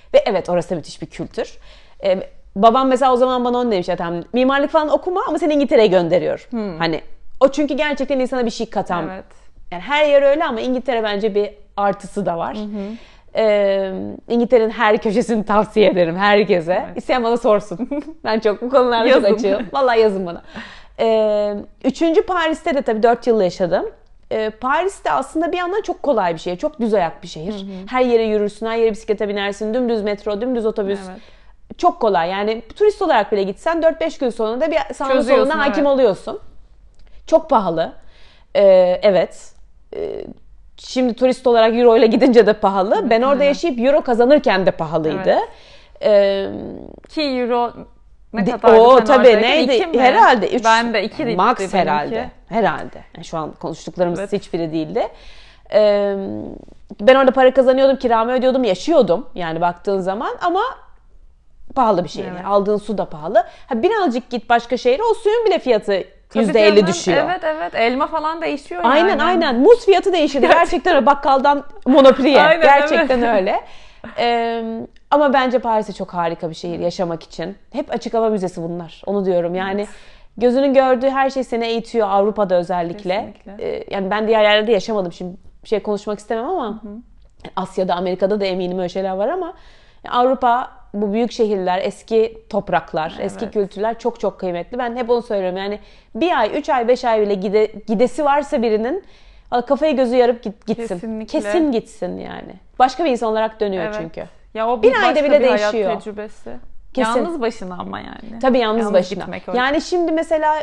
Ve evet, orası müthiş bir kültür. Ee, babam mesela o zaman bana onu demiş ya, tamam mimarlık falan okuma ama seni İngiltere'ye gönderiyor. Hmm. Hani o çünkü gerçekten insana bir şey katan. Evet. Yani her yer öyle ama İngiltere bence bir artısı da var. Hı hı. Ee, İngiltere'nin her köşesini tavsiye ederim herkese. Evet. İsteyen bana sorsun. Ben çok bu konularda çok açığım. Vallahi yazın bana. Ee, üçüncü Paris'te de tabii dört yıl yaşadım. Ee, Paris'te aslında bir yandan çok kolay bir şehir. Çok düz ayak bir şehir. Hı hı. Her yere yürürsün, her yere bisiklete binersin. Dümdüz metro, dümdüz otobüs. Evet. Çok kolay. Yani turist olarak bile gitsen dört beş gün sonunda bir sağına soluna hakim evet. oluyorsun. Çok pahalı. Ee, evet. Ee, şimdi turist olarak euro ile gidince de pahalı. Evet, ben orada evet. yaşayıp euro kazanırken de pahalıydı. Evet. Ee, Ki euro ne kadardı o sen tabii neydi? Herhalde üç. Ben de iki max benimki. herhalde. Herhalde. Yani şu an konuştuklarımız evet. hiçbiri değildi. Ee, ben orada para kazanıyordum, kiramı ödüyordum, yaşıyordum yani baktığın zaman ama pahalı bir şey. Evet. Yani aldığın su da pahalı. Ha, birazcık git başka şehre, o suyun bile fiyatı yüzde elli düşüyor. Evet evet. Elma falan değişiyor aynen, yani. Aynen aynen. Muz fiyatı değişiyor. Gerçekten bakkaldan Monoprix'e. Aynen, gerçekten evet. öyle. Ee, ama bence Paris'e çok harika bir şehir yaşamak için. Hep açık hava müzesi bunlar. Onu diyorum yani. Evet. Gözünün gördüğü her şey seni eğitiyor, Avrupa'da özellikle. Ee, yani ben diğer yerlerde yaşamadım. Şimdi bir şey konuşmak istemem ama hı hı. Asya'da, Amerika'da da eminim öyle şeyler var ama Avrupa, bu büyük şehirler, eski topraklar, evet. eski kültürler çok çok kıymetli. Ben hep onu söylüyorum yani bir ay, üç ay, beş ay bile gide, gidesi varsa birinin kafayı gözü yarıp git, gitsin. Kesinlikle. Kesin gitsin yani. Başka bir insan olarak dönüyor evet. çünkü. Ya o bir, bir ayda bile bir değişiyor. Hayat tecrübesi. Kesin. Yalnız başına ama yani. Tabii yalnız, yalnız başına. Yani şimdi mesela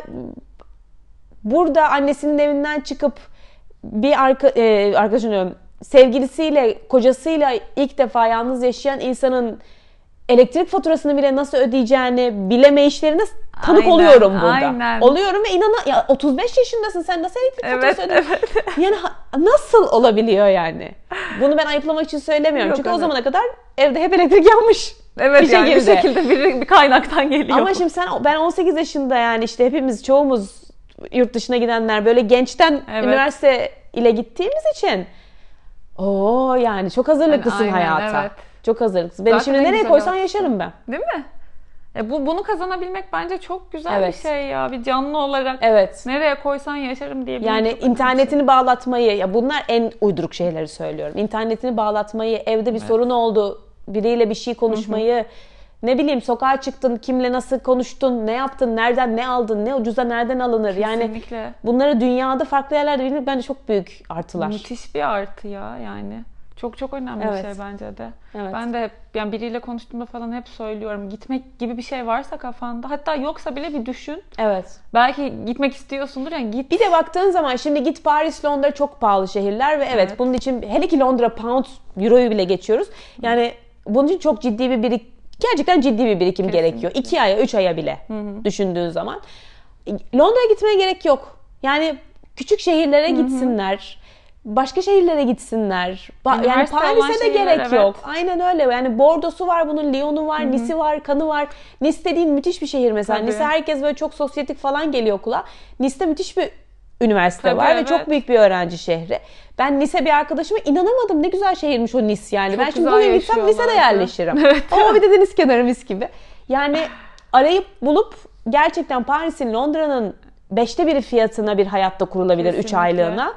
burada annesinin evinden çıkıp bir arka, e, arkadaşım diyorum, sevgilisiyle, kocasıyla ilk defa yalnız yaşayan insanın elektrik faturasını bile nasıl ödeyeceğini bilemeyişlerine tanık aynen, oluyorum burada. Aynen. Oluyorum ve inana ya otuz beş yaşındasın, sen nasıl elektrik evet, faturası ödüyorsun? Evet. Yani nasıl olabiliyor yani? Bunu ben ayıplamak için söylemiyorum. Yok, çünkü evet. o zamana kadar evde hep elektrik yanmış. Evet bir yani şekilde. bir şekilde bir, bir kaynaktan geliyor. Ama şimdi sen ben on sekiz yaşında yani işte hepimiz çoğumuz yurt dışına gidenler böyle gençten evet. üniversite ile gittiğimiz için o yani çok hazırlıklısın yani, aynen, hayata. Evet. Çok hazırlıklısın. Beni şimdi nereye koysan yaşarım ben. Değil mi? E bu bunu kazanabilmek bence çok güzel evet. bir şey ya. Bir canlı olarak evet. nereye koysan yaşarım diye. Yani internetini şey. bağlatmayı, ya bunlar en uyduruk şeyleri söylüyorum. İnternetini bağlatmayı, evde bir evet. sorun oldu, biriyle bir şey konuşmayı, hı hı. ne bileyim sokağa çıktın, kimle nasıl konuştun, ne yaptın, nereden ne aldın, ne ucuza nereden alınır. Kesinlikle. Yani bunları dünyada farklı yerlerde bilmek bence çok büyük artılar. Müthiş bir artı ya yani. Çok çok önemli evet. bir şey bence de. Evet. Ben de hep yani biriyle konuştuğumda falan hep söylüyorum. Gitmek gibi bir şey varsa kafanda, hatta yoksa bile bir düşün. Evet. Belki gitmek istiyorsundur yani git. Bir de baktığın zaman şimdi git Paris, Londra çok pahalı şehirler ve evet, evet bunun için hele ki Londra pound, euroyu bile geçiyoruz. Yani bunun için çok ciddi bir birik gerçekten ciddi bir birikim kesinlikle. Gerekiyor. iki aya, üç aya bile hı hı. düşündüğün zaman. Londra'ya gitmeye gerek yok. Yani küçük şehirlere hı hı. gitsinler. Başka şehirlere gitsinler. Ba- yani Paris'e de gerek evet. yok. Aynen öyle. Yani Bordeaux'u var bunun, Lyon'u var, Nice'i var, Cannes'ı var. Nice dediğin müthiş bir şehir mesela. Tabii. Nice herkes böyle çok sosyetik falan geliyor okula. Nice'de müthiş bir üniversite tabii, var evet. ve çok büyük bir öğrenci şehri. Ben Nice bir arkadaşıma inanamadım. Ne güzel şehirmiş o Nice yani. Çok ben şimdi bugün gitsem Nice'de yerleşirim. Evet. Ama bir de deniz kenarı mis gibi. Yani arayıp bulup gerçekten Paris'in, Londra'nın beşte biri fiyatına bir hayatta kurulabilir üç aylığına.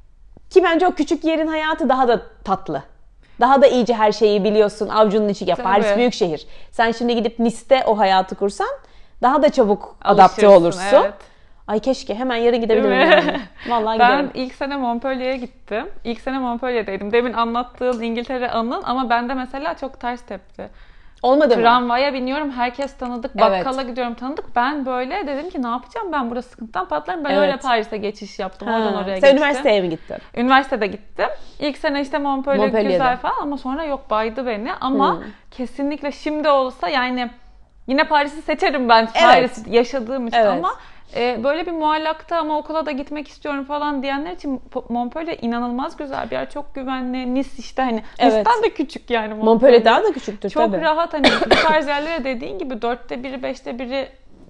Ki bence o küçük yerin hayatı daha da tatlı. Daha da iyice her şeyi biliyorsun. Avucunun içi. Ya Paris büyük şehir. Sen şimdi gidip Nice'de o hayatı kursan daha da çabuk adapte olursun. Evet. Ay keşke hemen yarın gidebilirim yani. Vallahi ben giderim. ilk sene Montpellier'e gittim. İlk sene Montpellier'deydim. Demin anlattığın İngiltere anın ama bende mesela çok ters tepti. Olmadı mı? Tramvaya biniyorum, herkes tanıdık, bakkala evet. gidiyorum tanıdık. Ben böyle dedim ki ne yapacağım ben, burada sıkıntıdan patlarım. Ben evet. öyle Paris'e geçiş yaptım, ha. oradan oraya Sen geçtim. Sen üniversiteye mi gittin? Üniversitede gittim. İlk sene işte Montpellier güzel falan ama sonra yok baydı beni. Ama hmm. kesinlikle şimdi olsa yani yine Paris'i seçerim ben, evet. Paris yaşadığım için evet. ama e, böyle bir muallakta ama okula da gitmek istiyorum falan diyenler için Montpellier inanılmaz güzel bir yer. Çok güvenli. Nice işte hani evet. Nice'den de küçük yani Montpellier. Montpellier daha da küçüktür çok tabii. Çok rahat hani bu tarz yerlere dediğin gibi dörtte biri, beşte biri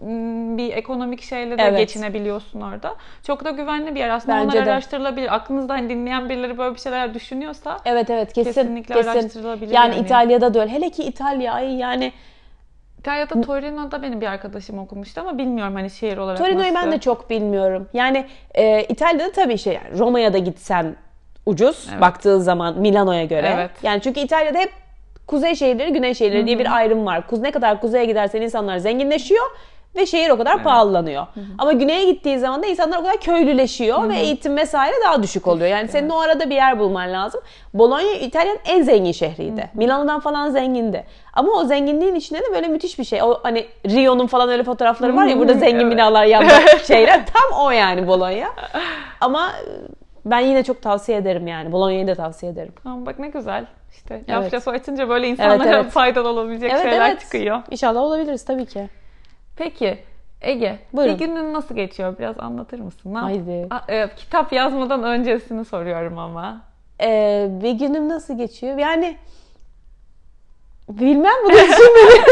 bir ekonomik şeyle de Evet. geçinebiliyorsun orada. Çok da güvenli bir yer aslında. Bence Onlar de. araştırılabilir. Aklınızda hani dinleyen birileri böyle bir şeyler düşünüyorsa Evet evet kesin. kesinlikle kesin. araştırılabilir. Yani, Yani İtalya'da da öyle. Hele ki İtalya ay yani. İtalya'da Torino'da benim bir arkadaşım okumuştu ama bilmiyorum hani şehir olarak Torino'yu nasıl. ben de çok bilmiyorum. Yani e, İtalya'da tabii şey yani Roma'ya da gitsen ucuz Evet. baktığın zaman Milano'ya göre. Evet. Yani çünkü İtalya'da hep kuzey şehirleri, güney şehirleri Hı-hı. diye bir ayrım var. Kuz ne kadar kuzeye gidersen insanlar zenginleşiyor ve şehir o kadar evet. pahalanıyor. Hı-hı. Ama güneye gittiği zaman da insanlar o kadar köylüleşiyor Hı-hı. ve eğitim vesaire daha düşük oluyor. Yani evet. senin o arada bir yer bulman lazım. Bologna İtalya'nın en zengin şehriydi. Hı-hı. Milano'dan falan zengindi. Ama o zenginliğin içinde de böyle müthiş bir şey. O hani Rio'nun falan öyle fotoğrafları var ya burada zengin evet. binalar yanda şeyler. Tam o yani Bologna. Ama ben yine çok tavsiye ederim yani. Bologna'yı da tavsiye ederim. Tamam bak ne güzel. İşte evet. laf lafı açınca böyle insanlara evet, evet. faydalı olabilecek evet, şeyler evet. çıkıyor. İnşallah olabiliriz tabii ki. Peki Ege, Buyurun. bir günün nasıl geçiyor? Biraz anlatır mısın? Haydi. A, e, kitap yazmadan öncesini soruyorum ama. Ee, bir günüm nasıl geçiyor? Yani bilmem bunu düşünmedim.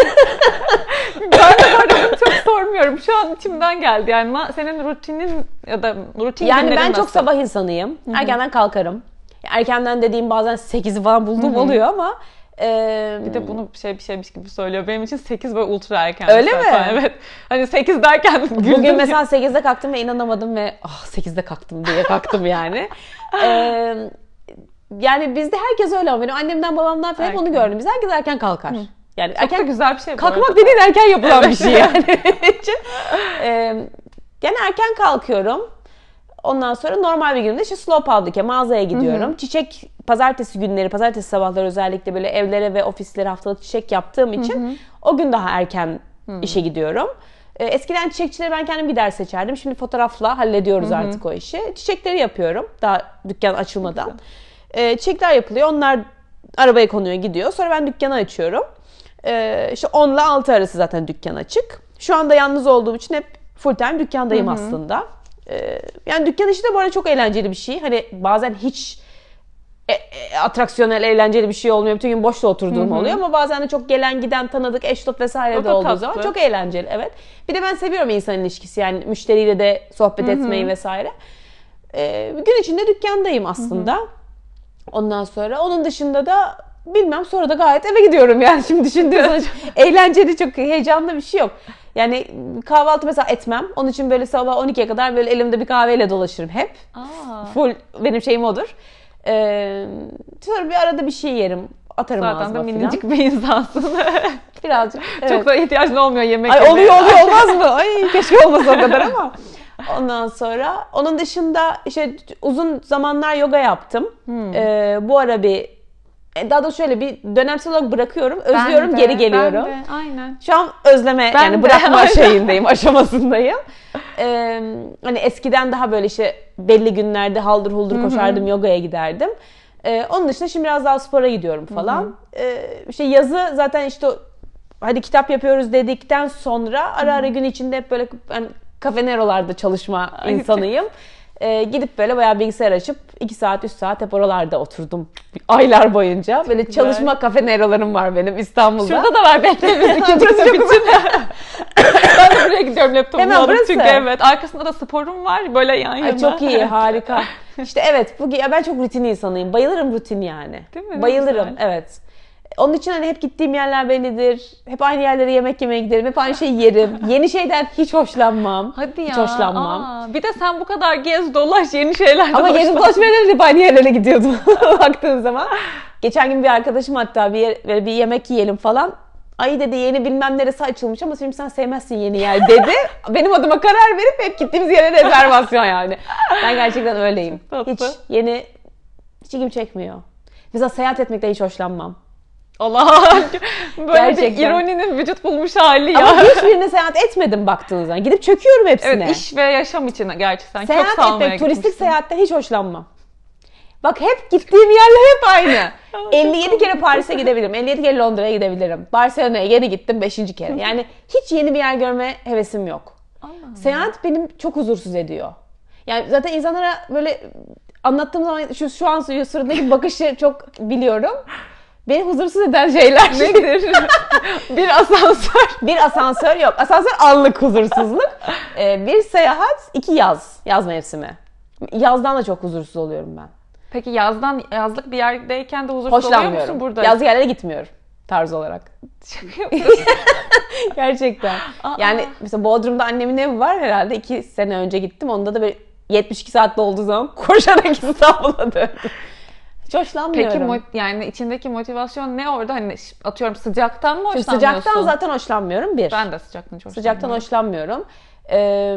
Ben de böyle çok sormuyorum. Şu an içimden geldi. Yani senin rutinin ya da rutin yani günlerin ben nasıl? çok sabah insanıyım. Hı-hı. Erkenden kalkarım. Erkenden dediğim bazen sekizi falan bulduğum Hı-hı. oluyor ama Ee, bir de bunu şey bir şeymiş gibi söylüyor. Benim için sekiz böyle ultra erken. Öyle zaten. mi? Evet. Hani sekiz derken bugün mesela sekizde kalktım ve inanamadım ve ah sekizde kalktım diye kalktım yani. ee, yani bizde herkes öyle ama benim annemden babamdan falan hep onu gördüm. Biz herkes erken kalkar. Hı. Yani çok erken, da güzel bir şey bu kalkmak arada. dediğin erken yapılan evet. bir şey yani. ee, yani erken kalkıyorum. Ondan sonra normal bir günde işte slow public'e mağazaya gidiyorum. Hı hı. Çiçek pazartesi günleri, pazartesi sabahları özellikle böyle evlere ve ofislere haftalık çiçek yaptığım için hı hı. o gün daha erken hı hı. işe gidiyorum. Ee, eskiden çiçekçileri ben kendim gider seçerdim. Şimdi fotoğrafla hallediyoruz hı hı. artık o işi. Çiçekleri yapıyorum daha dükkan açılmadan. Ee, çiçekler yapılıyor. Onlar arabaya konuyor gidiyor. Sonra ben dükkanı açıyorum. Ee, işte on ile altı arası zaten dükkan açık. Şu anda yalnız olduğum için hep full time dükkandayım hı hı. aslında. Yani dükkan işi de bu arada çok eğlenceli bir şey. Hani bazen hiç e, e, atraksiyonel, eğlenceli bir şey olmuyor. Bütün gün boşta oturduğum Hı-hı. oluyor ama bazen de çok gelen giden tanıdık eş dost vesaire de olduğu tatlı. zaman çok eğlenceli. Evet. Bir de ben seviyorum insan ilişkisi yani müşteriyle de sohbet Hı-hı. etmeyi vesaire. Ee, gün içinde dükkandayım aslında. Hı-hı. Ondan sonra onun dışında da bilmem sonra da gayet eve gidiyorum yani şimdi düşündüğüm zaman eğlenceli çok heyecanlı bir şey yok. Yani kahvaltı mesela etmem. Onun için böyle sabah on ikiye kadar böyle elimde bir kahveyle dolaşırım hep. Aa. Full benim şeyim odur. Ee, sonra bir arada bir şey yerim. Atarım Zaten ağzıma de minicik falan. Bir insansın. Birazcık. Evet. Çok da ihtiyacın olmuyor yemek Ay, yemeye. oluyor oluyor olmaz mı? Ay keşke olmasa o kadar ama. Ondan sonra onun dışında işte uzun zamanlar yoga yaptım. Hmm. Ee, bu ara bir daha da şöyle bir dönemsel olarak bırakıyorum. Özlüyorum, de, geri geliyorum. Ben de, aynen. Şu an özleme ben yani de, bırakma aynen. şeyindeyim, aşamasındayım. Ee, hani eskiden daha böyle işte belli günlerde haldır huldur Hı-hı. koşardım, yogaya giderdim. Ee, onun dışında şimdi biraz daha spora gidiyorum falan. Ee, işte yazı zaten işte hadi kitap yapıyoruz dedikten sonra ara ara gün içinde hep böyle yani Cafe Nero'larda çalışma insanıyım. Ee, gidip böyle bayağı bilgisayar açıp iki saat üç saat hep oralarda oturdum aylar boyunca. Böyle Güzel. çalışma Cafe Nero'larım var benim İstanbul'da. Şurada da var beklemiyoruz ikinci sınıf için. Ben de buraya gidiyorum laptopumu alıp çünkü evet. Arkasında da sporum var böyle yan yana. Ay çok iyi harika. İşte evet bu, ya ben çok rutin insanıyım. Bayılırım rutin yani. Değil mi? Bayılırım evet. Onun için hani hep gittiğim yerler bellidir. Hep aynı yerlere yemek yemeye giderim. Hep aynı şeyi yerim. Yeni şeyden hiç hoşlanmam. Hadi ya. Hiç hoşlanmam. Aa, bir de sen bu kadar gez dolaş yeni şeylerden Ama gezip dolaşmaya da hep aynı yerlere gidiyordum baktığın zaman. Geçen gün bir arkadaşım hatta bir, yer, bir yemek yiyelim falan. Ay dedi yeni bilmem neresi açılmış ama şimdi sen sevmezsin yeni yer dedi. Benim adıma karar verip hep gittiğimiz yere rezervasyon yani. Ben gerçekten öyleyim. Hiç yeni hiç ilgim çekmiyor. Mesela seyahat etmekten hiç hoşlanmam. Allah böyle Gerçekten. Bir ironinin vücut bulmuş hali ya. Ama hiçbirine seyahat etmedim baktığınız zaman. Gidip çöküyorum hepsine. Evet iş ve yaşam için gerçekten seyahat çok salmaya etmek, turistik gitmiştim. seyahatten hiç hoşlanmam. Bak hep gittiğim yerler hep aynı. elli yedi kere Paris'e gidebilirim. elli yedi kere Londra'ya gidebilirim. Barcelona'ya yeni gittim beşinci kere. Yani hiç yeni bir yer görme hevesim yok. Allah seyahat Allah. Benim çok huzursuz ediyor. Yani zaten insanlara böyle anlattığım zaman şu, şu an sırasındaki bakışı çok biliyorum. Beni huzursuz eden şeyler. Nedir? Bir asansör. Bir asansör yok. Asansör anlık huzursuzluk. Ee, bir seyahat, iki yaz. Yaz mevsimi. Yazdan da çok huzursuz oluyorum ben. Peki yazdan yazlık bir yerdeyken de huzursuz oluyor musun burada? Yazlık yerlere gitmiyorum tarz olarak. Şaka yapıyorsun. Gerçekten. Aa. Yani mesela Bodrum'da annemin evi var herhalde. iki sene önce gittim. Onda da böyle yetmiş iki saatte olduğu zaman koşarak İstanbul'a döndüm. Hiç hoşlanmıyorum. Peki mo- yani içindeki motivasyon ne orada? Hani atıyorum sıcaktan mı Şimdi hoşlanmıyorsun? sıcaktan zaten hoşlanmıyorum bir. Ben de sıcaktan çok Sıcaktan hoşlanmıyorum. Ee,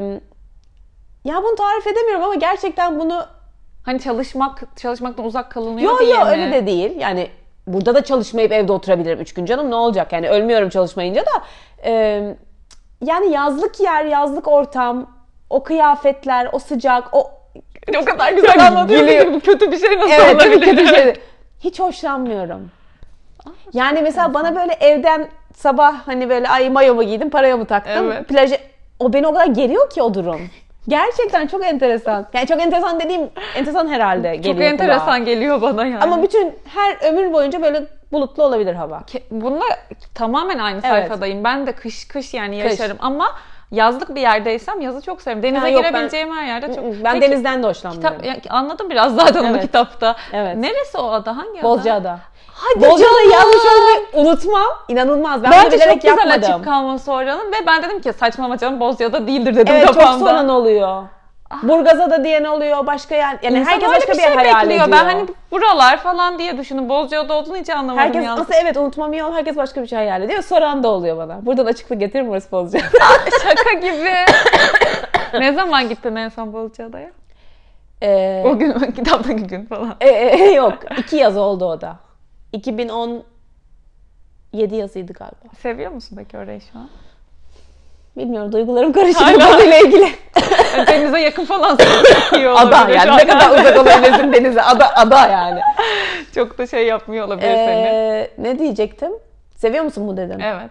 ya bunu tarif edemiyorum ama gerçekten bunu... Hani çalışmak, çalışmaktan uzak kalınıyor Yok diye yok mi? öyle de değil. Yani burada da çalışmayıp evde oturabilirim üç gün canım, ne olacak? Yani ölmüyorum çalışmayınca da. Ee, yani yazlık yer, yazlık ortam, o kıyafetler, o sıcak, o... O kadar güzel anlatıyorsun ki bu kötü bir şey nasıl Evet, olabilir? kötü bir şey. Hiç hoşlanmıyorum. Yani mesela bana böyle evden sabah hani böyle ay mayomu giydim, parayomu taktım, Evet. plaja... O beni o kadar geriyor ki o durum. Gerçekten çok enteresan. Yani çok enteresan dediğim, enteresan herhalde geliyor Çok enteresan kulağa. geliyor bana yani. Ama bütün her ömür boyunca böyle bulutlu olabilir hava. Ke- Bununla tamamen aynı Evet. sayfadayım. Ben de kış kış yani Kış. yaşarım ama yazlık bir yerdeysem yazı çok severim. Denize Ha, yok, girebileceğim her yerde çok. Ben Peki, denizden de hoşlanmıyorum. kitap, ya, anladım biraz zaten onu Evet. kitapta. Evet. Neresi o ada? Hangi ada? Bozcaada. Hadi Bozcaada canım. yazmış olmayı unutmam. İnanılmaz. Ben bunu Bence çok bilerek güzel yapmadım. açık kalması oranın ve ben dedim ki saçmalama canım Bozcaada değildir dedim Evet, kafamda. çok soran oluyor. Burgazada diyen oluyor, başka yer. Yani İnsan herkes öyle başka bir bir yer şey hayal bekliyor. ediyor. Ben hani buralar falan diye düşündüm. Bozcaada olduğunu hiç anlamadım Herkes yalnız. nasıl evet unutmam iyi ol, herkes başka bir şey hayal ediyor. Soran da oluyor bana. Buradan açıklık getirir mi orası Bozcaada? Şaka gibi. Ne zaman gittin en son Bozcaada'ya? Ee, O gün, kitaptaki gün falan. e, e, yok. iki yaz oldu o da. iki bin on yedi yazıydı galiba. Seviyor musun peki orayı şu an? Bilmiyorum, duygularım karışık bu Hala. konuyla ilgili. Denize yakın falan iyi Ada olabilir şu yani an. ne kadar uzak olabilirsin denize. Ada, ada yani. Çok da şey yapmıyor olabilir seni. Ee, ne diyecektim? Seviyor musun bu dedim. Evet.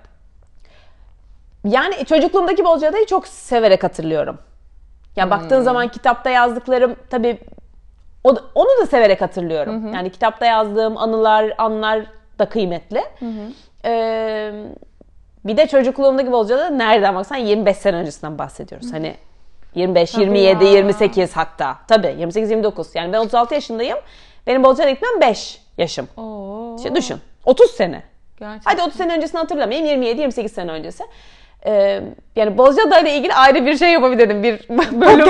Yani çocukluğumdaki Bozcaada'yı çok severek hatırlıyorum. Ya baktığın Hmm. zaman kitapta yazdıklarım tabii o, onu da severek hatırlıyorum. Yani kitapta yazdığım anılar, anlar da kıymetli. Ee, bir de çocukluğumdaki Bozcaada nereden baksan yirmi beş sene öncesinden bahsediyoruz. Hani yirmi beş, Tabii yirmi yedi, ya. yirmi sekiz hatta. Tabii yirmi sekiz, yirmi dokuz. Yani ben otuz altı yaşındayım. Benim Bozcaada'ya gitmem beş yaşım. Oo. İşte düşün. otuz sene. Gerçekten. Hadi otuz sene öncesini hatırlamayayım. yirmi yedi, yirmi sekiz sene öncesi. Ee, yani Bozcaada ile ilgili ayrı bir şey yapabilirim. Bir bölüm.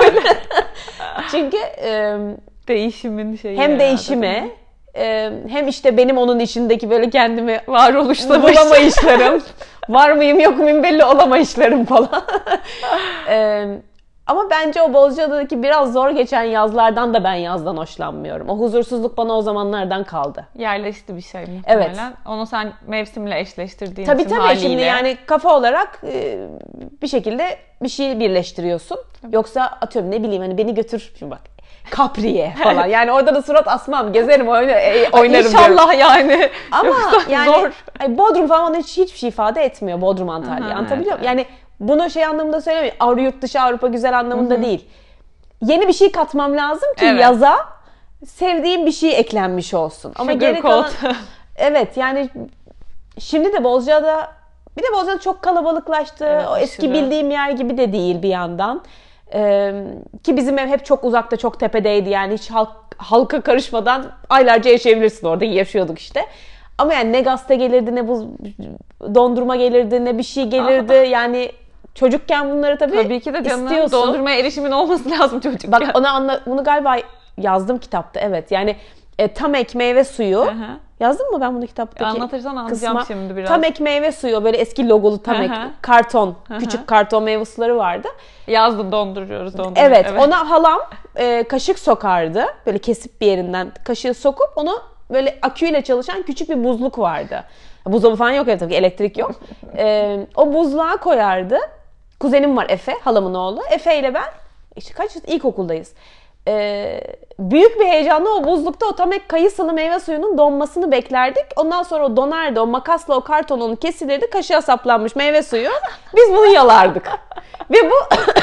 Çünkü e, Değişimin şeyi. hem herhalde, değil değişime mi? e, hem işte benim onun içindeki böyle kendimi Varoluşla bulamayışlarım, var mıyım yok muyum belli olamayışlarım falan. e, ama bence o Bozcaada'daki biraz zor geçen yazlardan da ben yazdan hoşlanmıyorum. O huzursuzluk bana o zamanlardan kaldı. Yerleşti bir şey muhtemelen. Evet. Onu sen mevsimle eşleştirdiğin Tabii için tabii haliyle. şimdi yani kafa olarak e, bir şekilde bir şey birleştiriyorsun. Yoksa atıyorum ne bileyim hani beni götür şimdi bak Capri'ye falan. Yani orada da surat asmam, gezerim, oyna, e, oynarım diyorum. İnşallah yani. Ama Yoksa yani zor. ay, Bodrum falan hiç hiçbir şey ifade etmiyor Bodrum Antalya. Aha, Anlatabiliyor evet, muyum? Yani bunu şey anlamında söylemiyorum. Avrupa yurt dışı Avrupa güzel anlamında değil. Yeni bir şey katmam lazım ki Evet. yaza sevdiğim bir şey eklenmiş olsun. Ama Sugar geri kalan coat. evet yani şimdi de Bozcaada bir de Bozcaada çok kalabalıklaştı. Evet, o eski aşırı. bildiğim yer gibi de değil bir yandan. Ee, ki bizim ev hep çok uzakta, çok tepedeydi. Yani hiç halk, halka karışmadan aylarca yaşayabilirsin orada. Yaşıyorduk işte. Ama yani ne gazete gelirdi, ne buz, dondurma gelirdi, ne bir şey gelirdi. Yani çocukken bunları tabii, Tabii ki de canım. istiyorsun. Dondurmaya erişimin olması lazım çocukken. Bak onu anla, bunu galiba yazdım kitapta. Evet yani e, tam ek meyve suyu. Aha. Yazdım mı ben bunu kitaptaki Anlatırsan anlayacağım kısma? şimdi biraz. Tam ek meyve suyu, böyle eski logolu tam ek Aha. karton, Aha. küçük karton meyve suları vardı. Yazdım donduruyoruz dondurma. Evet, ona halam e, kaşık sokardı. Böyle kesip bir yerinden kaşığı sokup onu böyle aküyle çalışan küçük bir buzluk vardı. Buzdolabı falan yok evde tabii, elektrik yok. E, o buzluğa koyardı. Kuzenim var Efe, halamın oğlu. Efe ile ben işte kaç ilkokuldayız. Ee, büyük bir heyecanla o buzlukta o tam ek kayısılı meyve suyunun donmasını beklerdik. Ondan sonra o donardı, o makasla o kartonunu kesilirdi, kaşığa saplanmış meyve suyu. Biz bunu yalardık. Ve bu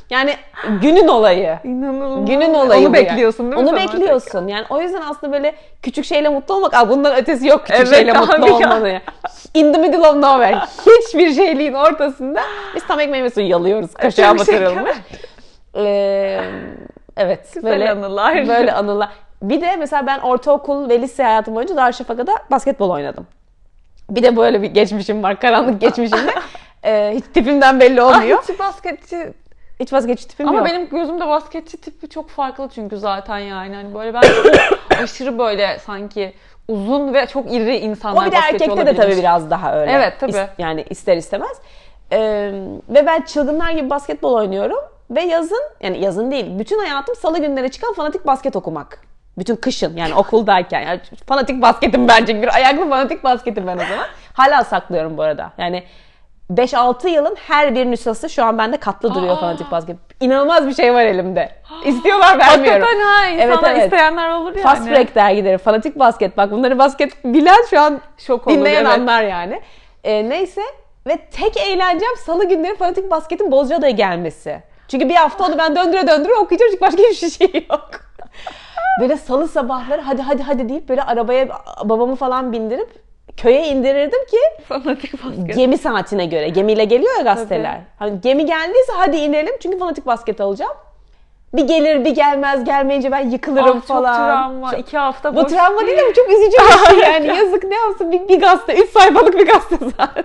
Yani günün olayı. İnanılmaz. Günün olayı Onu bu yani. bekliyorsun değil mi? Onu sen bekliyorsun. Yani o yüzden aslında böyle küçük şeyle mutlu olmak, Aa, bundan ötesi yok küçük Evet, şeyle mutlu abi ya. olmanın. Yani. In the middle of nowhere. Hiçbir şeyliğin ortasında biz tam ekmeği ve suyu yalıyoruz. Kaşığa Çok şeker. batırılmış. Ee, evet. Güzel böyle anılar. Böyle anılar. Bir de mesela ben ortaokul ve lise hayatım boyunca Darüşşafaka'da basketbol oynadım. Bir de böyle bir geçmişim var. Karanlık geçmişimde. Ee, hiç tipimden belli olmuyor. Ay, hiç basketçi. Hiç vazgeçti tipim Ama yok. benim gözümde basketçi tipi çok farklı çünkü zaten yani. Hani böyle ben çok aşırı böyle sanki uzun ve çok iri insanlar O bir de basketçi erkekte de olabilir. tabii biraz daha öyle. Evet, tabii. İs- yani ister istemez. Ee, ve ben çılgınlar gibi basketbol oynuyorum. Ve yazın, yani yazın değil, bütün hayatım salı günleri çıkan fanatik basket okumak. Bütün kışın yani okuldayken. Yani fanatik basketim bence. Bir ayaklı fanatik basketim ben o zaman. Hala saklıyorum bu arada. Yani beş altı yılın her bir nüshası şu an bende katlı duruyor Aa. fanatik basket. İnanılmaz bir şey var elimde. İstiyorlar, vermiyorum. Hakikaten ha, insanlar Evet, evet. isteyenler olur yani. Fast Break dergileri, fanatik basket. Bak bunları basket bilen şu an Şok olur, dinleyen evet. anlar yani. Ee, neyse ve tek eğlencem salı günleri fanatik basketin Bozcaada'ya gelmesi. Çünkü bir hafta onu ben döndüre döndüre okuyacağım çünkü başka hiçbir şey yok. Böyle salı sabahları hadi hadi hadi deyip böyle arabaya babamı falan bindirip köye indirirdim ki Fanatik basket. gemi saatine göre. Gemiyle geliyor ya gazeteler. Tabii. Hani gemi geldiyse hadi inelim çünkü fanatik basket alacağım. Bir gelir bir gelmez, gelmeyince ben yıkılırım Ah, falan. çok travma. İki hafta Bu boş. travma değil ama çok üzücü bir şey yani. Yazık, ne yapsın, bir, bir gazete. Üç sayfalık bir gazete zaten.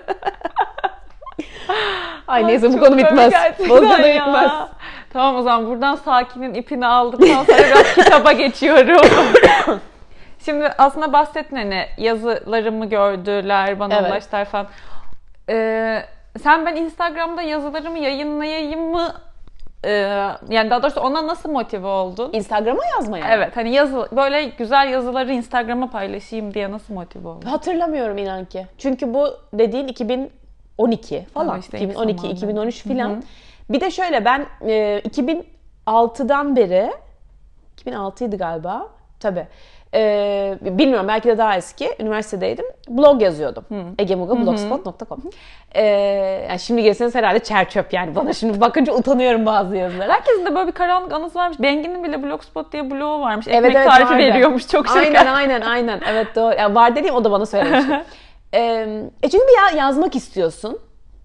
Ay neyse, bu çok konu komik bitmez. gerçekten Bu konu ya. bitmez. Tamam, o zaman buradan Sakin'in ipini aldıktan sonra biraz kitaba geçiyorum. Şimdi aslında bahsettin hani yazılarımı gördüler, bana Evet. ulaştılar falan. Ee, sen ben Instagram'da yazılarımı yayınlayayım mı? Ee, yani daha doğrusu ona nasıl motive oldun? Instagram'a yazmaya. Evet, hani yazı böyle güzel yazıları Instagram'a paylaşayım diye nasıl motive oldun? Hatırlamıyorum inan ki. Çünkü bu dediğin iki bin on iki falan. Tabii işte ilk iki bin on iki, zamanlar. iki bin on üç filan. Hı hı. Bir de şöyle ben e, iki bin altıdan beri, iki bin altıydı galiba. Tabii. E, bilmiyorum, belki de daha eski. Üniversitedeydim. Blog yazıyordum. egemuga blogspot nokta com. E, yani şimdi gelseniz herhalde çer çöp yani. Bana şimdi bakınca utanıyorum bazı yazılara. Herkesin de böyle bir karanlık anısı varmış. Bengi'nin bile Blogspot diye blogu varmış. Evet, Ekmek evet, tarifi vardı. veriyormuş. Çok şeker. Aynen aynen aynen. Evet doğru. Yani var dediğim o da bana söylemişti. e, e çünkü bir ya- yazmak istiyorsun.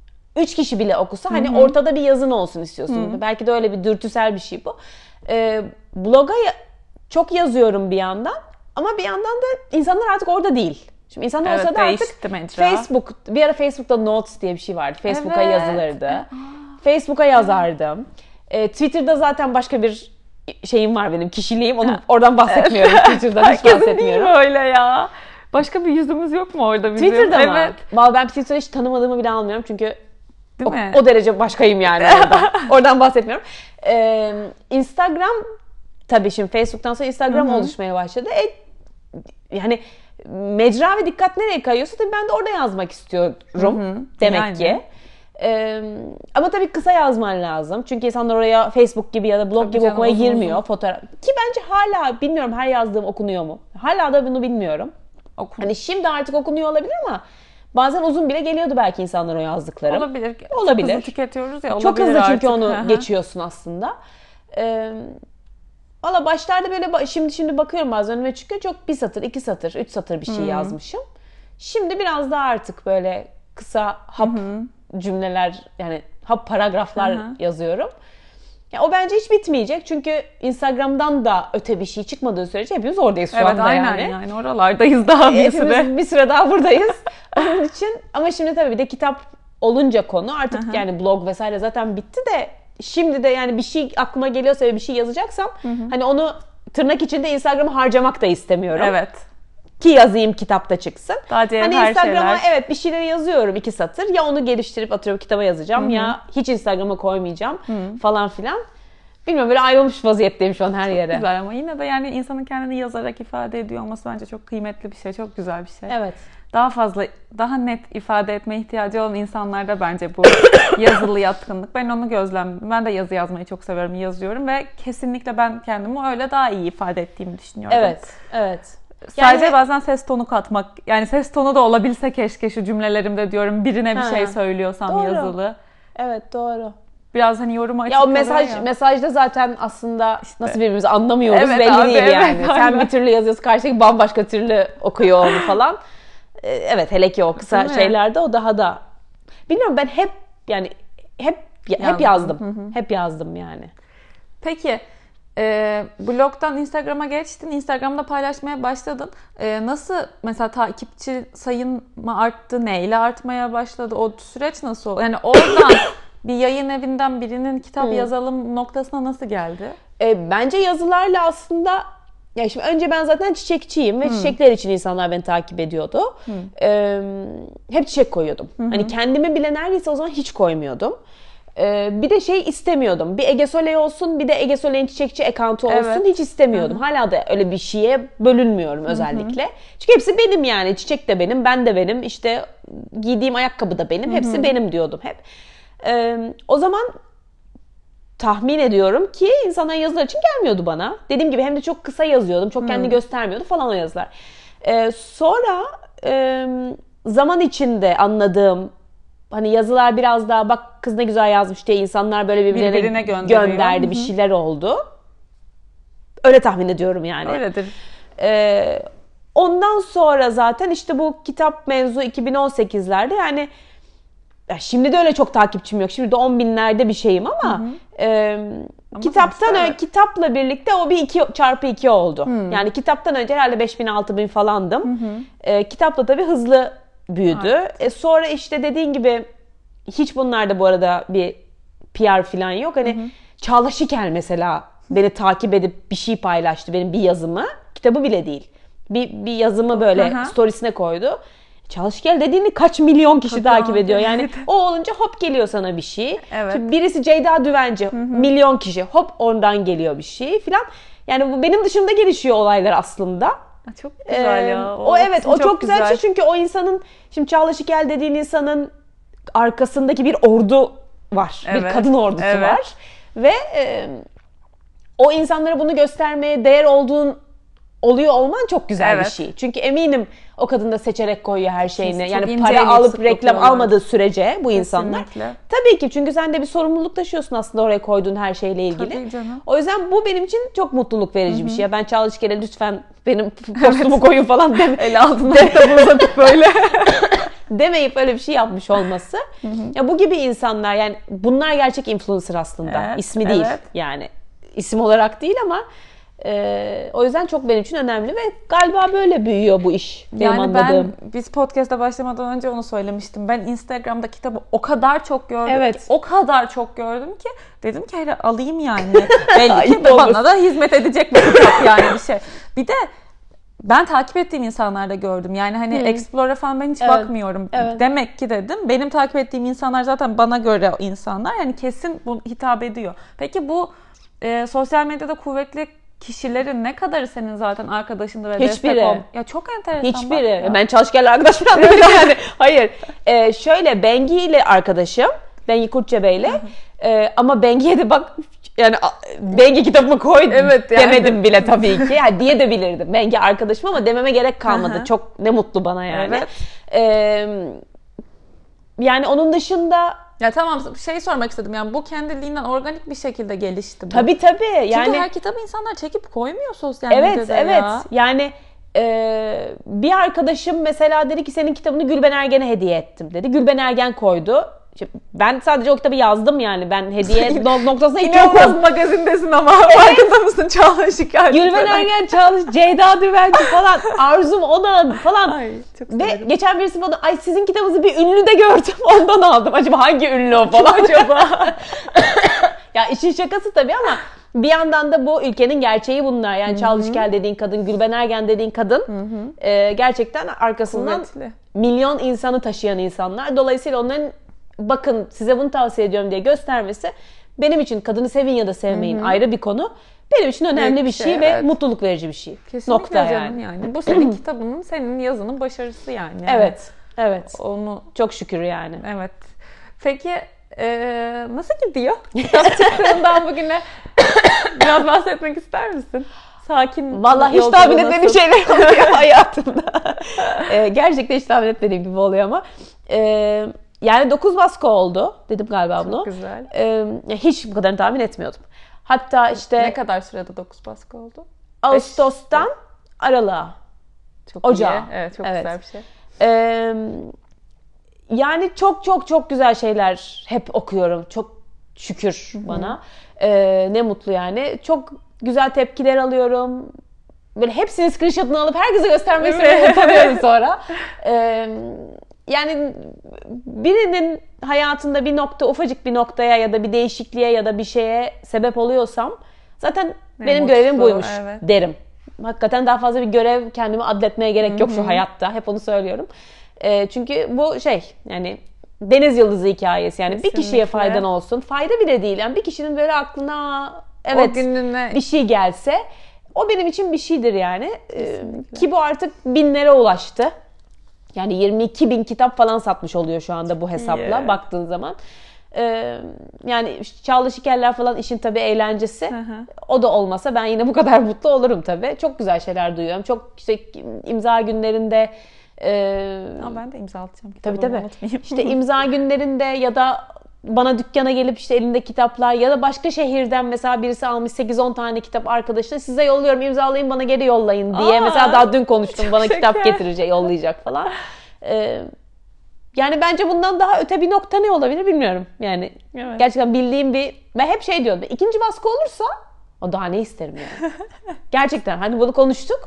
Üç kişi bile okusa hani ortada bir yazın olsun istiyorsun. Hı-hı. Belki de öyle bir dürtüsel bir şey bu. E, bloga ya- çok yazıyorum bir yandan. Ama bir yandan da insanlar artık orada değil. Şimdi insanlar Evet, olsa da artık değişti mecra. Facebook, bir ara Facebook'ta Notes diye bir şey vardı. Facebook'a Evet. yazılırdı. Facebook'a yazardım. E, Twitter'da zaten başka bir şeyim var benim, kişiliğim. Onu oradan bahsetmiyorum. Twitter'dan hiç Herkesin değil bahsetmiyorum. mi öyle ya? Başka bir yüzümüz yok mu orada bizim? Twitter'da mı? Evet. Vallahi ben Twitter'ı hiç tanımadığımı bile almıyorum çünkü Değil o, mi? o derece başkayım yani oradan. Oradan bahsetmiyorum. Ee, Instagram, tabii şimdi Facebook'tan sonra Instagram Hı hı. oluşmaya başladı. E, yani mecra ve dikkat nereye kayıyorsa tabii ben de orada yazmak istiyorum Hı hı. demek Yani. ki. Ee, ama tabii kısa yazman lazım. Çünkü insanlar oraya Facebook gibi ya da blog Tabii gibi canım, okumaya uzun girmiyor. uzun. Fotoğraf. Ki bence hala bilmiyorum her yazdığım okunuyor mu? Hala da bunu bilmiyorum. Okun. Hani şimdi artık okunuyor olabilir ama bazen uzun bile geliyordu belki insanlar o yazdıklarım. Olabilir. Olabilir. Çok hızlı tüketiyoruz ya. Çok olabilir hızlı çünkü artık. onu Hı hı. geçiyorsun aslında. Ee, Valla başlarda böyle ba- şimdi şimdi bakıyorum bazen önüme çıkıyor, çok bir satır, iki satır, üç satır bir şey yazmışım. Şimdi biraz daha artık böyle kısa hap cümleler, yani hap paragraflar Hı hı. yazıyorum. Ya o bence hiç bitmeyecek çünkü Instagram'dan da öte bir şey çıkmadığı sürece hepimiz oradayız şu Evet, anda aynen yani. yani. Oralardayız daha bir süre. Hepimiz bir süre daha buradayız. Onun için ama şimdi tabii bir de kitap olunca konu artık Hı hı. yani blog vesaire zaten bitti de şimdi de yani bir şey aklıma geliyorsa ve bir şey yazacaksam hani onu tırnak içinde Instagram'a harcamak da istemiyorum. Evet. Ki yazayım, kitapta çıksın. Daha cevher Hani Instagram'a şeyler. evet bir şeyleri yazıyorum iki satır. Ya onu geliştirip atıyorum kitaba yazacağım Hı hı. ya hiç Instagram'a koymayacağım falan filan. Bilmiyorum, böyle ayrılmış vaziyetteyim şu an her yere. Güzel ama yine de yani insanın kendini yazarak ifade ediyor olması bence çok kıymetli bir şey, çok güzel bir şey. Evet. Daha fazla, daha net ifade etme ihtiyacı olan insanlarda bence bu yazılı yatkınlık. Ben onu gözlemledim. Ben de yazı yazmayı çok seviyorum, yazıyorum ve kesinlikle ben kendimi öyle daha iyi ifade ettiğimi düşünüyorum. Evet, evet. Sadece Yani- bazen ses tonu katmak, yani ses tonu da olabilse keşke şu cümlelerimde diyorum birine bir Ha, şey söylüyorsam doğru. yazılı. Evet, doğru. biraz hani yoruma açık Ya o kalıyor mesaj ya. mesajda zaten aslında İşte. nasıl birbirimizi anlamıyoruz Evet belli abi, değil evet, yani. Sen aynen. bir türlü yazıyorsun, karşıdaki bambaşka türlü okuyor onu falan. Ee, Evet, hele ki o kısa Değil mi? şeylerde o daha da. Bilmiyorum, ben hep yani hep hep Yazdım. yazdım. Hı hı. Hep yazdım yani. Peki e, blogdan Instagram'a geçtin. Instagram'da paylaşmaya başladın. E, nasıl mesela takipçi sayın mı arttı? Neyle artmaya başladı? O süreç nasıl oldu? Yani oradan bir yayın evinden birinin kitap yazalım noktasına nasıl geldi? E, bence yazılarla aslında, ya şimdi önce ben zaten çiçekçiyim ve çiçekler için insanlar beni takip ediyordu. E, hep çiçek koyuyordum. Hani kendimi bile neredeyse o zaman hiç koymuyordum. E, bir de şey istemiyordum. Bir Ege Soley olsun, bir de Ege Soley'in çiçekçi account'u olsun. Evet. Hiç istemiyordum. Hala da öyle bir şeye bölünmüyorum özellikle. Çünkü hepsi benim yani. Çiçek de benim, ben de benim. İşte giydiğim ayakkabı da benim. Hepsi benim diyordum hep. E, o zaman tahmin ediyorum ki insanlar yazılar için gelmiyordu bana. Dediğim gibi hem de çok kısa yazıyordum. Çok kendini göstermiyordu falan o yazılar. Ee, sonra e, zaman içinde anladığım, hani yazılar biraz daha bak kız ne güzel yazmış diye insanlar böyle birbirlerine Birbirine gönderiyor. gönderdi. Hı Bir hı. şeyler oldu. Öyle tahmin ediyorum yani. Öyledir. Ee, ondan sonra zaten işte bu kitap mevzu iki bin on sekizlerde yani ya şimdi de öyle çok takipçim yok. Şimdi de on binlerde bir şeyim ama, e, Ama kitaptan sonuçta önce evet. kitapla birlikte o bir iki çarpı iki oldu. Yani kitaptan önce herhalde beş bin altı bin falandım. E, kitapla tabii hızlı büyüdü. E, sonra işte dediğin gibi hiç bunlarda bu arada bir P R falan yok. Hani Çağla Şikel mesela beni takip edip bir şey paylaştı, benim bir yazımı. Kitabı bile değil. Bir, bir yazımı böyle Hı hı. storiesine koydu. Çağla Şikel dediğini kaç milyon kişi Tabii takip abi, ediyor. Yani evet. o olunca hop geliyor sana bir şey. Evet. Şimdi birisi Ceyda Düvenci, milyon kişi hop oradan geliyor bir şey filan. Yani bu benim dışımda gelişiyor olaylar aslında. Aa, çok güzel Ee, ya. O, evet o kısmı çok, güzel bir şey çünkü o insanın, şimdi Çağla Şikel dediğin insanın arkasındaki bir ordu var. Bir Evet, kadın ordusu evet. var. Ve e, o insanlara bunu göstermeye değer olduğun oluyor olman çok güzel Evet. bir şey. Çünkü eminim o kadın da seçerek koyuyor her şeyini. Çok Yani ince para eleyip alıp sık reklam dokuyorlar. almadığı sürece bu insanlar. Kesinlikle. Tabii ki, çünkü sen de bir sorumluluk taşıyorsun aslında oraya koyduğun her şeyle ilgili. Tabii canım. O yüzden bu benim için çok mutluluk verici bir şey. Ben Çağla Şikel'e lütfen benim postumu koyun falan deme. El altından kitabı uzatıp böyle. demeyip öyle bir şey yapmış olması. Ya bu gibi insanlar, yani bunlar gerçek influencer aslında. Evet, İsmi değil evet. yani. İsim olarak değil ama e, o yüzden çok benim için önemli ve galiba böyle büyüyor bu iş. Benim Yani anladığım. ben biz podcast'a başlamadan önce onu söylemiştim. Ben Instagram'da kitabı o kadar çok gördüm Evet. ki, o kadar çok gördüm ki dedim ki hele alayım yani. Belli ki Ayıp bana olur. da hizmet edecek bir kitap yani bir şey. Bir de ben takip ettiğim insanlarda gördüm. Yani hani Explore'a falan ben hiç Evet. bakmıyorum. Evet. Demek ki dedim benim takip ettiğim insanlar zaten bana göre insanlar. Yani kesin bu hitap ediyor. Peki bu e, sosyal medyada kuvvetli kişilerin ne kadarı senin zaten arkadaşındı ve Hiçbiri. destek ol? Ya çok enteresan. bak Hiçbiri. ya. Ben çalışkenle arkadaş falan değilim yani. Hayır. Ee, şöyle Bengi ile arkadaşım. Bengi Kurtçebe'yle. Ee, ama Bengi'ye de bak yani Bengi kitabımı koy Evet, yani. demedim bile tabii ki. Yani diye de bilirdim. Bengi arkadaşım ama dememe gerek kalmadı. Hı hı. Çok ne mutlu bana yani. Evet. Ee, yani onun dışında Ya tamam, şey sormak istedim yani bu kendiliğinden organik bir şekilde gelişti bu. tabii tabii. Yani Çünkü her kitabı insanlar çekip koymuyor sosyal evet medyada evet. ya. Yani e, bir arkadaşım mesela dedi ki senin kitabını Gülben Ergen'e hediye ettim dedi. Gülben Ergen koydu. Şimdi ben sadece o kitabı yazdım yani. Ben hediye no- noktasına hiç İnanılmaz yokum. magazindesin ama farkında mısın Çağla Şikel? Gülben Ergen, Çalış, Ceyda Düvenci falan, Arzum Onan falan. Ay çok Ve severim. geçen birisi bana ay sizin kitabınızı bir ünlü de gördüm ondan aldım. Acaba hangi ünlü o falan. acaba? Ya işin şakası tabii ama bir yandan da bu ülkenin gerçeği bunlar. Yani Çağla Şikel dediğin kadın, Gülben Ergen dediğin kadın e, gerçekten arkasından Kuvvetli. milyon insanı taşıyan insanlar. Dolayısıyla onların bakın size bunu tavsiye ediyorum diye göstermesi benim için, kadını sevin ya da sevmeyin ayrı bir konu. Benim için önemli Büyük bir bir şey, şey, ve evet. mutluluk verici bir şey. Kesinlikle Nokta canım yani. yani. Bu senin kitabının, senin yazının başarısı yani. Evet. Evet. Onu Çok şükür yani. evet. Peki eee, nasıl gidiyor? Kitap çıktığından bugüne biraz bahsetmek ister misin? Sakin. Vallahi hiç yolculuğu tahmin nasıl? etmediğim şeyler oluyor hayatımda. Ee, gerçekten hiç tahmin etmediğim gibi oluyor ama. Ee, Yani dokuz baskı oldu. Dedim galiba bunu. Çok güzel. Ee, hiç bu kadarını tahmin etmiyordum. Hatta işte... Ne kadar sürede dokuz baskı oldu? Ağustos'tan Beş... Aralık'a. Çok Ocağa. iyi. Evet, çok evet. güzel bir şey. Ee, yani çok çok çok güzel şeyler hep okuyorum. Çok şükür bana. Ee, ne mutlu yani. Çok güzel tepkiler alıyorum. Böyle hepsini screenshot'ını alıp herkese göstermesine utanıyorum sonra. Ee, yani birinin hayatında bir nokta, ufacık bir noktaya ya da bir değişikliğe ya da bir şeye sebep oluyorsam zaten ne benim mutlu, görevim buymuş evet. derim. Hakikaten daha fazla bir görev kendimi adletmeye gerek yok Hı-hı. şu hayatta. Hep onu söylüyorum. E, çünkü bu şey yani deniz yıldızı hikayesi yani Kesinlikle. bir kişiye faydan olsun. Fayda bile değil. Yani bir kişinin böyle aklına evet gününe... bir şey gelse o benim için bir şeydir yani. E, ki bu artık binlere ulaştı. Yani yirmi iki bin kitap falan satmış oluyor şu anda bu hesapla yeah. baktığın zaman. Ee, yani Çağla Şikerler falan işin tabii eğlencesi. Hı-hı. O da olmasa ben yine bu kadar mutlu olurum tabii. Çok güzel şeyler duyuyorum. Çok işte imza günlerinde e, Aa, ben de imza atacağım kitabımı tabii, tabii. unutmayayım. İşte imza günlerinde ya da bana dükkana gelip işte elinde kitaplar ya da başka şehirden mesela birisi almış sekiz on tane kitap arkadaşına size yolluyorum imzalayın bana geri yollayın diye. Aa, mesela daha dün konuştum bana şeker. kitap getirecek yollayacak falan. Ee, yani bence bundan daha öte bir nokta ne olabilir bilmiyorum. Yani evet. gerçekten bildiğim bir ben hep şey diyordum ikinci baskı olursa o daha ne isterim yani. Gerçekten hani bunu konuştuk.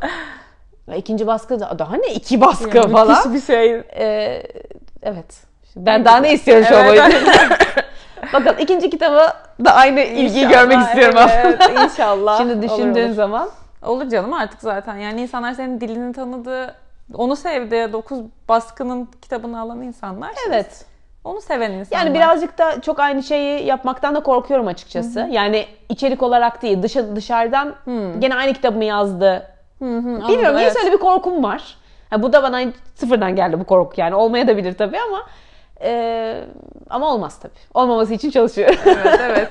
İkinci baskı da daha ne iki baskı yani falan. Bir şey. Ee, evet. Ben daha ne istiyorum şu evet, boyutu. Bakalım ikinci kitabı da aynı ilgiyi inşallah, görmek istiyorum evet, aslında. İnşallah. Şimdi düşündüğün olur. zaman. Olur canım artık zaten. Yani insanlar senin dilini tanıdı, onu sevdi. Dokuz baskının kitabını alan insanlar. Evet. Onu seven insanlar. Yani birazcık da çok aynı şeyi yapmaktan da korkuyorum açıkçası. Hı-hı. Yani içerik olarak değil, dışa, dışarıdan Hı. gene aynı kitabımı yazdı. Hı-hı, Bilmiyorum anladım, niye evet. öyle bir korkum var. Ha, bu da bana sıfırdan geldi bu korku yani. Olmaya da bilir tabii ama Ee, ama olmaz tabii. Olmaması için çalışıyorum. Evet, evet.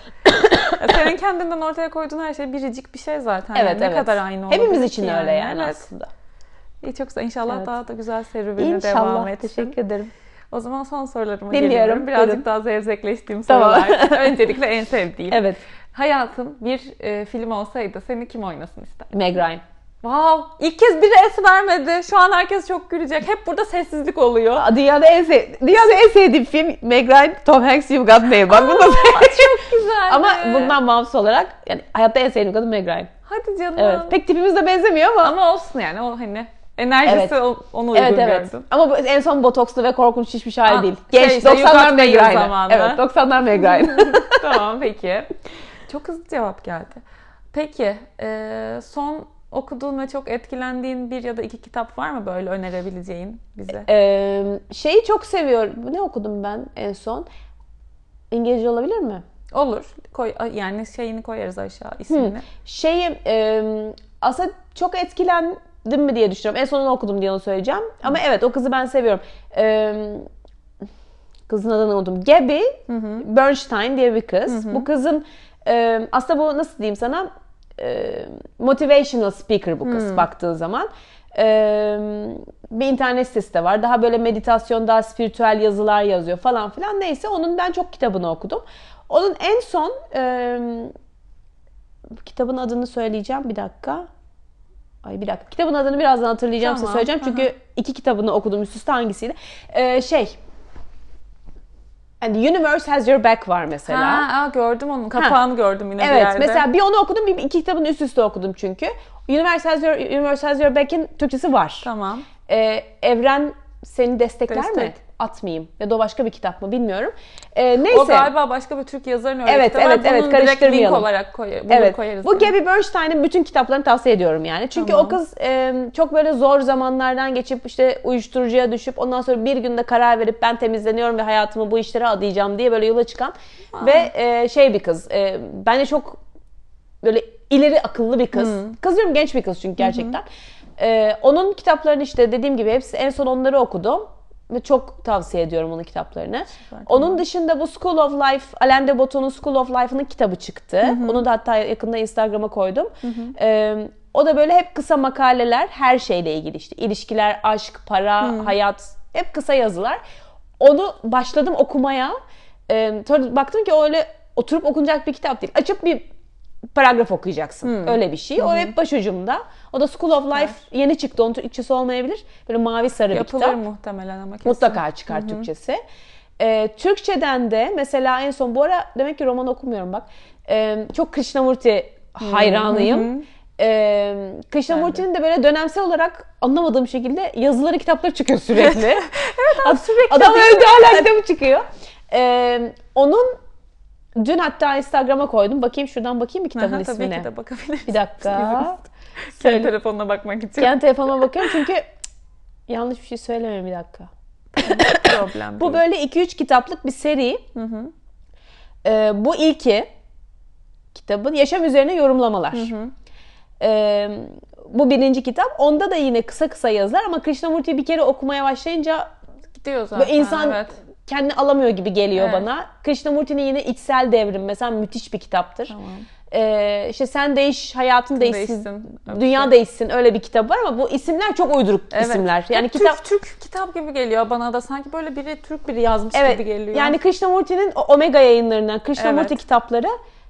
Senin kendinden ortaya koyduğun her şey biricik bir şey zaten. Evet, yani ne evet. kadar aynı olabilir Hepimiz için yani. öyle yani evet. aslında. İyi, çok güzel. İnşallah evet. daha da güzel serüveni İnşallah. devam etsin. Teşekkür ederim. O zaman son sorularıma Dinliyorum. geliyorum. Birazcık Buyurun. daha zevzekleştiğim sorular. Tamam. Öncelikle en sevdiğim. Evet. Hayatın bir e, film olsaydı seni kim oynasın ister? Meg Ryan. Wow! İlk kez biri es vermedi. Şu an herkes çok gülecek. Hep burada sessizlik oluyor. Dünyada en, sev Dünyada en sevdiğim film Meg Ryan, Tom Hanks, You've Got Mail. Bak bunu çok güzel. Ama bundan bağımsız olarak yani hayatta en sevdiğim kadın Meg Ryan. Hadi canım. Evet. Pek tipimiz de benzemiyor ama. Ama olsun yani o hani enerjisi evet. onu uygun evet, evet. gördüm. Ama bu en son botokslu ve korkunç şişmiş hali Aa, değil. Genç şey, doksanlar Meg Ryan. Evet, doksanlar Meg Ryan. Tamam peki. Çok hızlı cevap geldi. Peki e, son okuduğun ve çok etkilendiğin bir ya da iki kitap var mı böyle önerebileceğin bize? Ee, şeyi çok seviyorum. Ne okudum ben en son? İngilizce olabilir mi? Olur. Koy, yani şeyini koyarız aşağı ismini. Hmm. Şeyi e, aslında çok etkilendim mi diye düşünüyorum. En sonunu okudum diye onu söyleyeceğim. Hmm. Ama evet o kızı ben seviyorum. Ee, kızın adını unuttum. Gabby hı hı. Bernstein diye bir kız. Hı hı. Bu kızın e, aslında bu nasıl diyeyim sana? Motivational speaker bu kız hmm. baktığın zaman. Ee, bir internet sitesi de var. Daha böyle meditasyon, daha spiritüel yazılar yazıyor falan filan. Neyse onun ben çok kitabını okudum. Onun en son e, kitabın adını söyleyeceğim. Bir dakika. Ay bir dakika. Kitabın adını birazdan hatırlayacağım tamam. size söyleyeceğim. Çünkü Aha. iki kitabını okudum üst üste hangisiydi? Ee, şey And the Universe Has Your Back var mesela. Ha, aa, gördüm onun. Kapağını ha. gördüm yine evet, bir yerde. Evet. Mesela bir onu okudum, bir iki kitabını üst üste okudum çünkü. Universe Has Your, Universe Has Your Back'in Türkçesi var. Tamam. Ee, Evren seni destekler Destek. mi? Atmayayım. Ya da o başka bir kitap mı bilmiyorum. Ee, neyse. O galiba başka bir Türk yazarın öyle evet, kitabı. Evet, evet, evet. Karıştırmayalım. Link olarak koy, evet. koyarız. Bu Gabby Bernstein'in bütün kitaplarını tavsiye ediyorum yani. Çünkü tamam. o kız e, çok böyle zor zamanlardan geçip işte uyuşturucuya düşüp ondan sonra bir günde karar verip ben temizleniyorum ve hayatımı bu işlere adayacağım diye böyle yola çıkan Aa. ve e, şey bir kız. E, bence çok böyle ileri akıllı bir kız. Hmm. Kız diyorum genç bir kız çünkü gerçekten. E, onun kitaplarını işte dediğim gibi hepsi en son onları okudum. Ve çok tavsiye ediyorum onun kitaplarını. Süper, onun tamam. dışında bu School of Life, Alain de Botton'un School of Life'ının kitabı çıktı. Hı hı. Onu da hatta yakında Instagram'a koydum. Hı hı. Ee, o da böyle hep kısa makaleler, her şeyle ilgili işte. İlişkiler, aşk, para, hı. hayat, hep kısa yazılar. onu başladım okumaya. Ee, sonra baktım ki o öyle oturup okunacak bir kitap değil. Açıp bir paragraf okuyacaksın. Hmm. Öyle bir şey. O hmm. hep başucumda. O da School of Life evet. yeni çıktı. Onun Türkçesi olmayabilir. Böyle mavi sarı Yapılır bir kitap. Yapılır muhtemelen ama kesin. Mutlaka çıkar hmm. Türkçesi. Ee, Türkçeden de mesela en son bu ara demek ki roman okumuyorum bak. Ee, çok Krishnamurti hayranıyım. Hmm. Ee, Krishnamurti'nin de böyle dönemsel olarak anlamadığım şekilde yazıları, kitapları çıkıyor sürekli. Evet abi, sürekli. Adam öldü hala kitabı çıkıyor. Ee, onun dün hatta Instagram'a koydum. Bakayım şuradan bakayım bir kitabın Aha, ismine. Tabii ki de bakabiliriz. Bir dakika. Kendi telefonuna bakmak için. Kendi telefonuma bakıyorum çünkü yanlış bir şey söylemeyeyim bir dakika. Problem Bu böyle iki üç kitaplık bir seri. Hı hı. Ee, bu ilki kitabın yaşam üzerine yorumlamalar. Hı hı. Ee, bu birinci kitap. Onda da yine kısa kısa yazılar ama Krishnamurti'yi bir kere okumaya başlayınca gidiyor zaten. İnsan evet. kendini alamıyor gibi geliyor evet. bana. Krishnamurti'nin yine içsel devrim mesela müthiş bir kitaptır. Tamam. Ee, işte sen değiş, hayatın değişsin, değişsin. Dünya okay. değişsin öyle bir kitap var ama bu isimler çok uyduruk evet. isimler. Yani Türk, kitap Türk kitap gibi geliyor bana da sanki böyle biri Türk biri yazmış evet. gibi geliyor. Yani Krishnamurti'nin Omega yayınlarından Krishnamurti evet. kitapları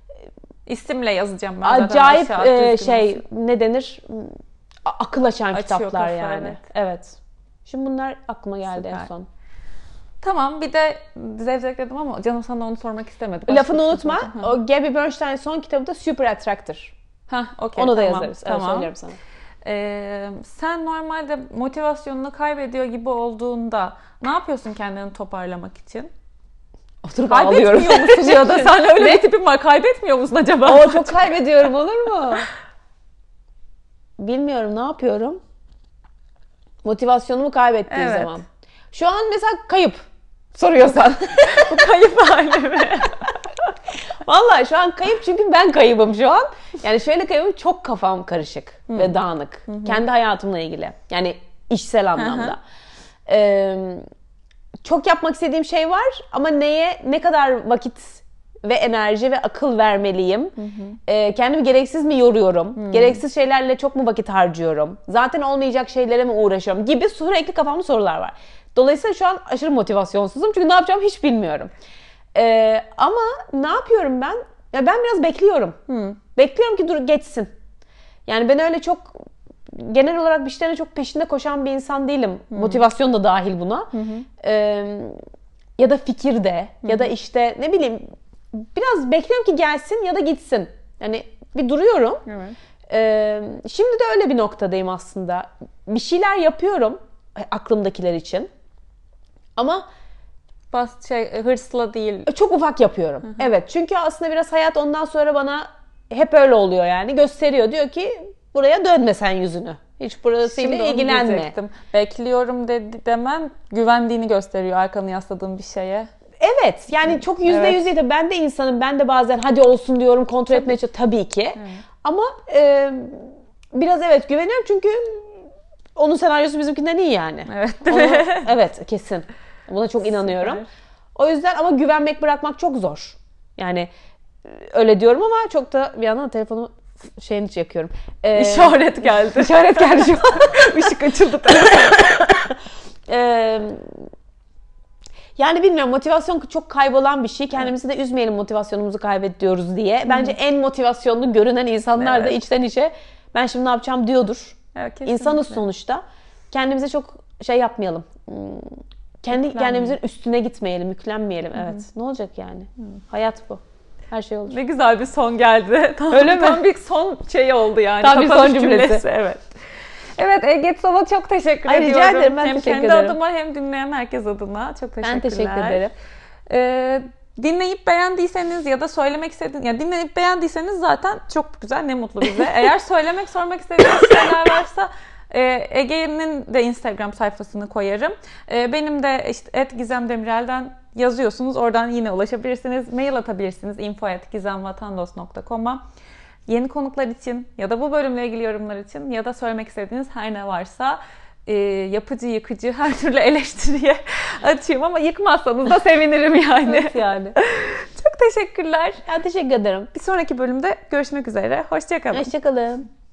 İsimle yazacağım ben. Acayip e, şey ne denir? Akıl açan Açıyor kitaplar kafa, yani. Evet. evet. Şimdi bunlar aklıma geldi Süper. en son. Tamam bir de zevzekledim ama canım sana onu sormak istemedi. Başka Lafını unutma. O Gabby Bernstein'in son kitabı da Super Attractor. Hah, okay, Onu da tamam, yazarız. Tamam. Evet, söylerim sana. Ee, sen normalde motivasyonunu kaybediyor gibi olduğunda ne yapıyorsun kendini toparlamak için? Oturup ağlıyorum. Kaybetmiyor musun ya da sen öyle bir tipin var. Kaybetmiyor musun acaba? Oo, çok kaybediyorum olur mu? Bilmiyorum ne yapıyorum. Motivasyonumu kaybettiğim evet. zaman. Şu an mesela kayıp soruyorsan. Bu kayıp hali mi? Vallahi şu an kayıp çünkü ben kaybım şu an. Yani şöyle kaybım çok kafam karışık hmm. ve dağınık. Hmm. Kendi hayatımla ilgili. Yani işsel anlamda. Ee, çok yapmak istediğim şey var ama neye ne kadar vakit ve enerji ve akıl vermeliyim? Hı hı. Ee, kendimi gereksiz mi yoruyorum? Hı. Gereksiz şeylerle çok mu vakit harcıyorum? Zaten olmayacak şeylere mi uğraşıyorum? Gibi sürekli kafamda sorular var. Dolayısıyla şu an aşırı motivasyonsuzum çünkü ne yapacağımı hiç bilmiyorum. Ee, ama ne yapıyorum ben? Ya ben biraz bekliyorum. Hı. Bekliyorum ki dur geçsin. Yani ben öyle çok genel olarak bir şeylerin çok peşinde koşan bir insan değilim. Hı. Motivasyon da dahil buna. Hı hı. Ee, ya da fikir de hı. ya da işte ne bileyim biraz bekliyorum ki gelsin ya da gitsin. Yani bir duruyorum. Evet. Ee, şimdi de öyle bir noktadayım aslında. Bir şeyler yapıyorum aklımdakiler için. Ama bas şey hırsla değil. Çok ufak yapıyorum. Hı hı. Evet. Çünkü aslında biraz hayat ondan sonra bana hep öyle oluyor yani. Gösteriyor. Diyor ki buraya dönme sen yüzünü. Hiç burasıyla ilgilenme. Diyecektim. Bekliyorum dedi demen güvendiğini gösteriyor arkanı yasladığın bir şeye. Evet. Yani çok yüzde yüz değil. Ben de insanım. Ben de bazen hadi olsun diyorum. Kontrol tabii. etmeye çalışıyorum. Tabii ki. Evet. Ama e, biraz evet güveniyorum çünkü onun senaryosu bizimkinden iyi yani. Evet değil mi? Onu, evet kesin. Buna çok inanıyorum. Süper. O yüzden ama güvenmek bırakmak çok zor. Yani öyle diyorum ama çok da bir yandan telefonu şeyini yakıyorum. Ee, İşaret geldi. İşaret geldi şu an. Işık açıldı. ee, yani bilmiyorum motivasyon çok kaybolan bir şey. Kendimizi de üzmeyelim motivasyonumuzu kaybediyoruz diye. Bence en motivasyonlu görünen insanlar evet. da içten içe ben şimdi ne yapacağım diyordur. Evet, İnsanız sonuçta. Kendimize çok şey yapmayalım. Kendi kendimizin üstüne gitmeyelim, yüklenmeyelim. Evet. Hı-hı. Ne olacak yani? Hı. Hayat bu. Her şey olur. Ne güzel bir son geldi. Tam, Öyle mi? Tam bir son şey oldu yani. Tam bir son cümlesi. cümlesi. Evet. Evet Ege sana çok teşekkür Ay, ediyorum. Rica ederim. Ben hem teşekkür kendi ederim. adıma hem dinleyen herkes adına çok teşekkürler. Ben teşekkür ederim. Ee, dinleyip beğendiyseniz ya da söylemek istediğiniz, ya dinleyip beğendiyseniz zaten çok güzel, ne mutlu bize. Eğer söylemek, sormak istediğiniz şeyler varsa Ege'nin de Instagram sayfasını koyarım. Benim de işte et Gizem Demirel'den yazıyorsunuz. Oradan yine ulaşabilirsiniz. Mail atabilirsiniz. info at gizemvatandos nokta com'a. Yeni konuklar için ya da bu bölümle ilgili yorumlar için ya da söylemek istediğiniz her ne varsa e, yapıcı, yıkıcı her türlü eleştiriye açayım ama yıkmazsanız da sevinirim yani. Evet yani. Çok teşekkürler. Ben teşekkür ederim. Bir sonraki bölümde görüşmek üzere. Hoşça kalın. Hoşça kalın.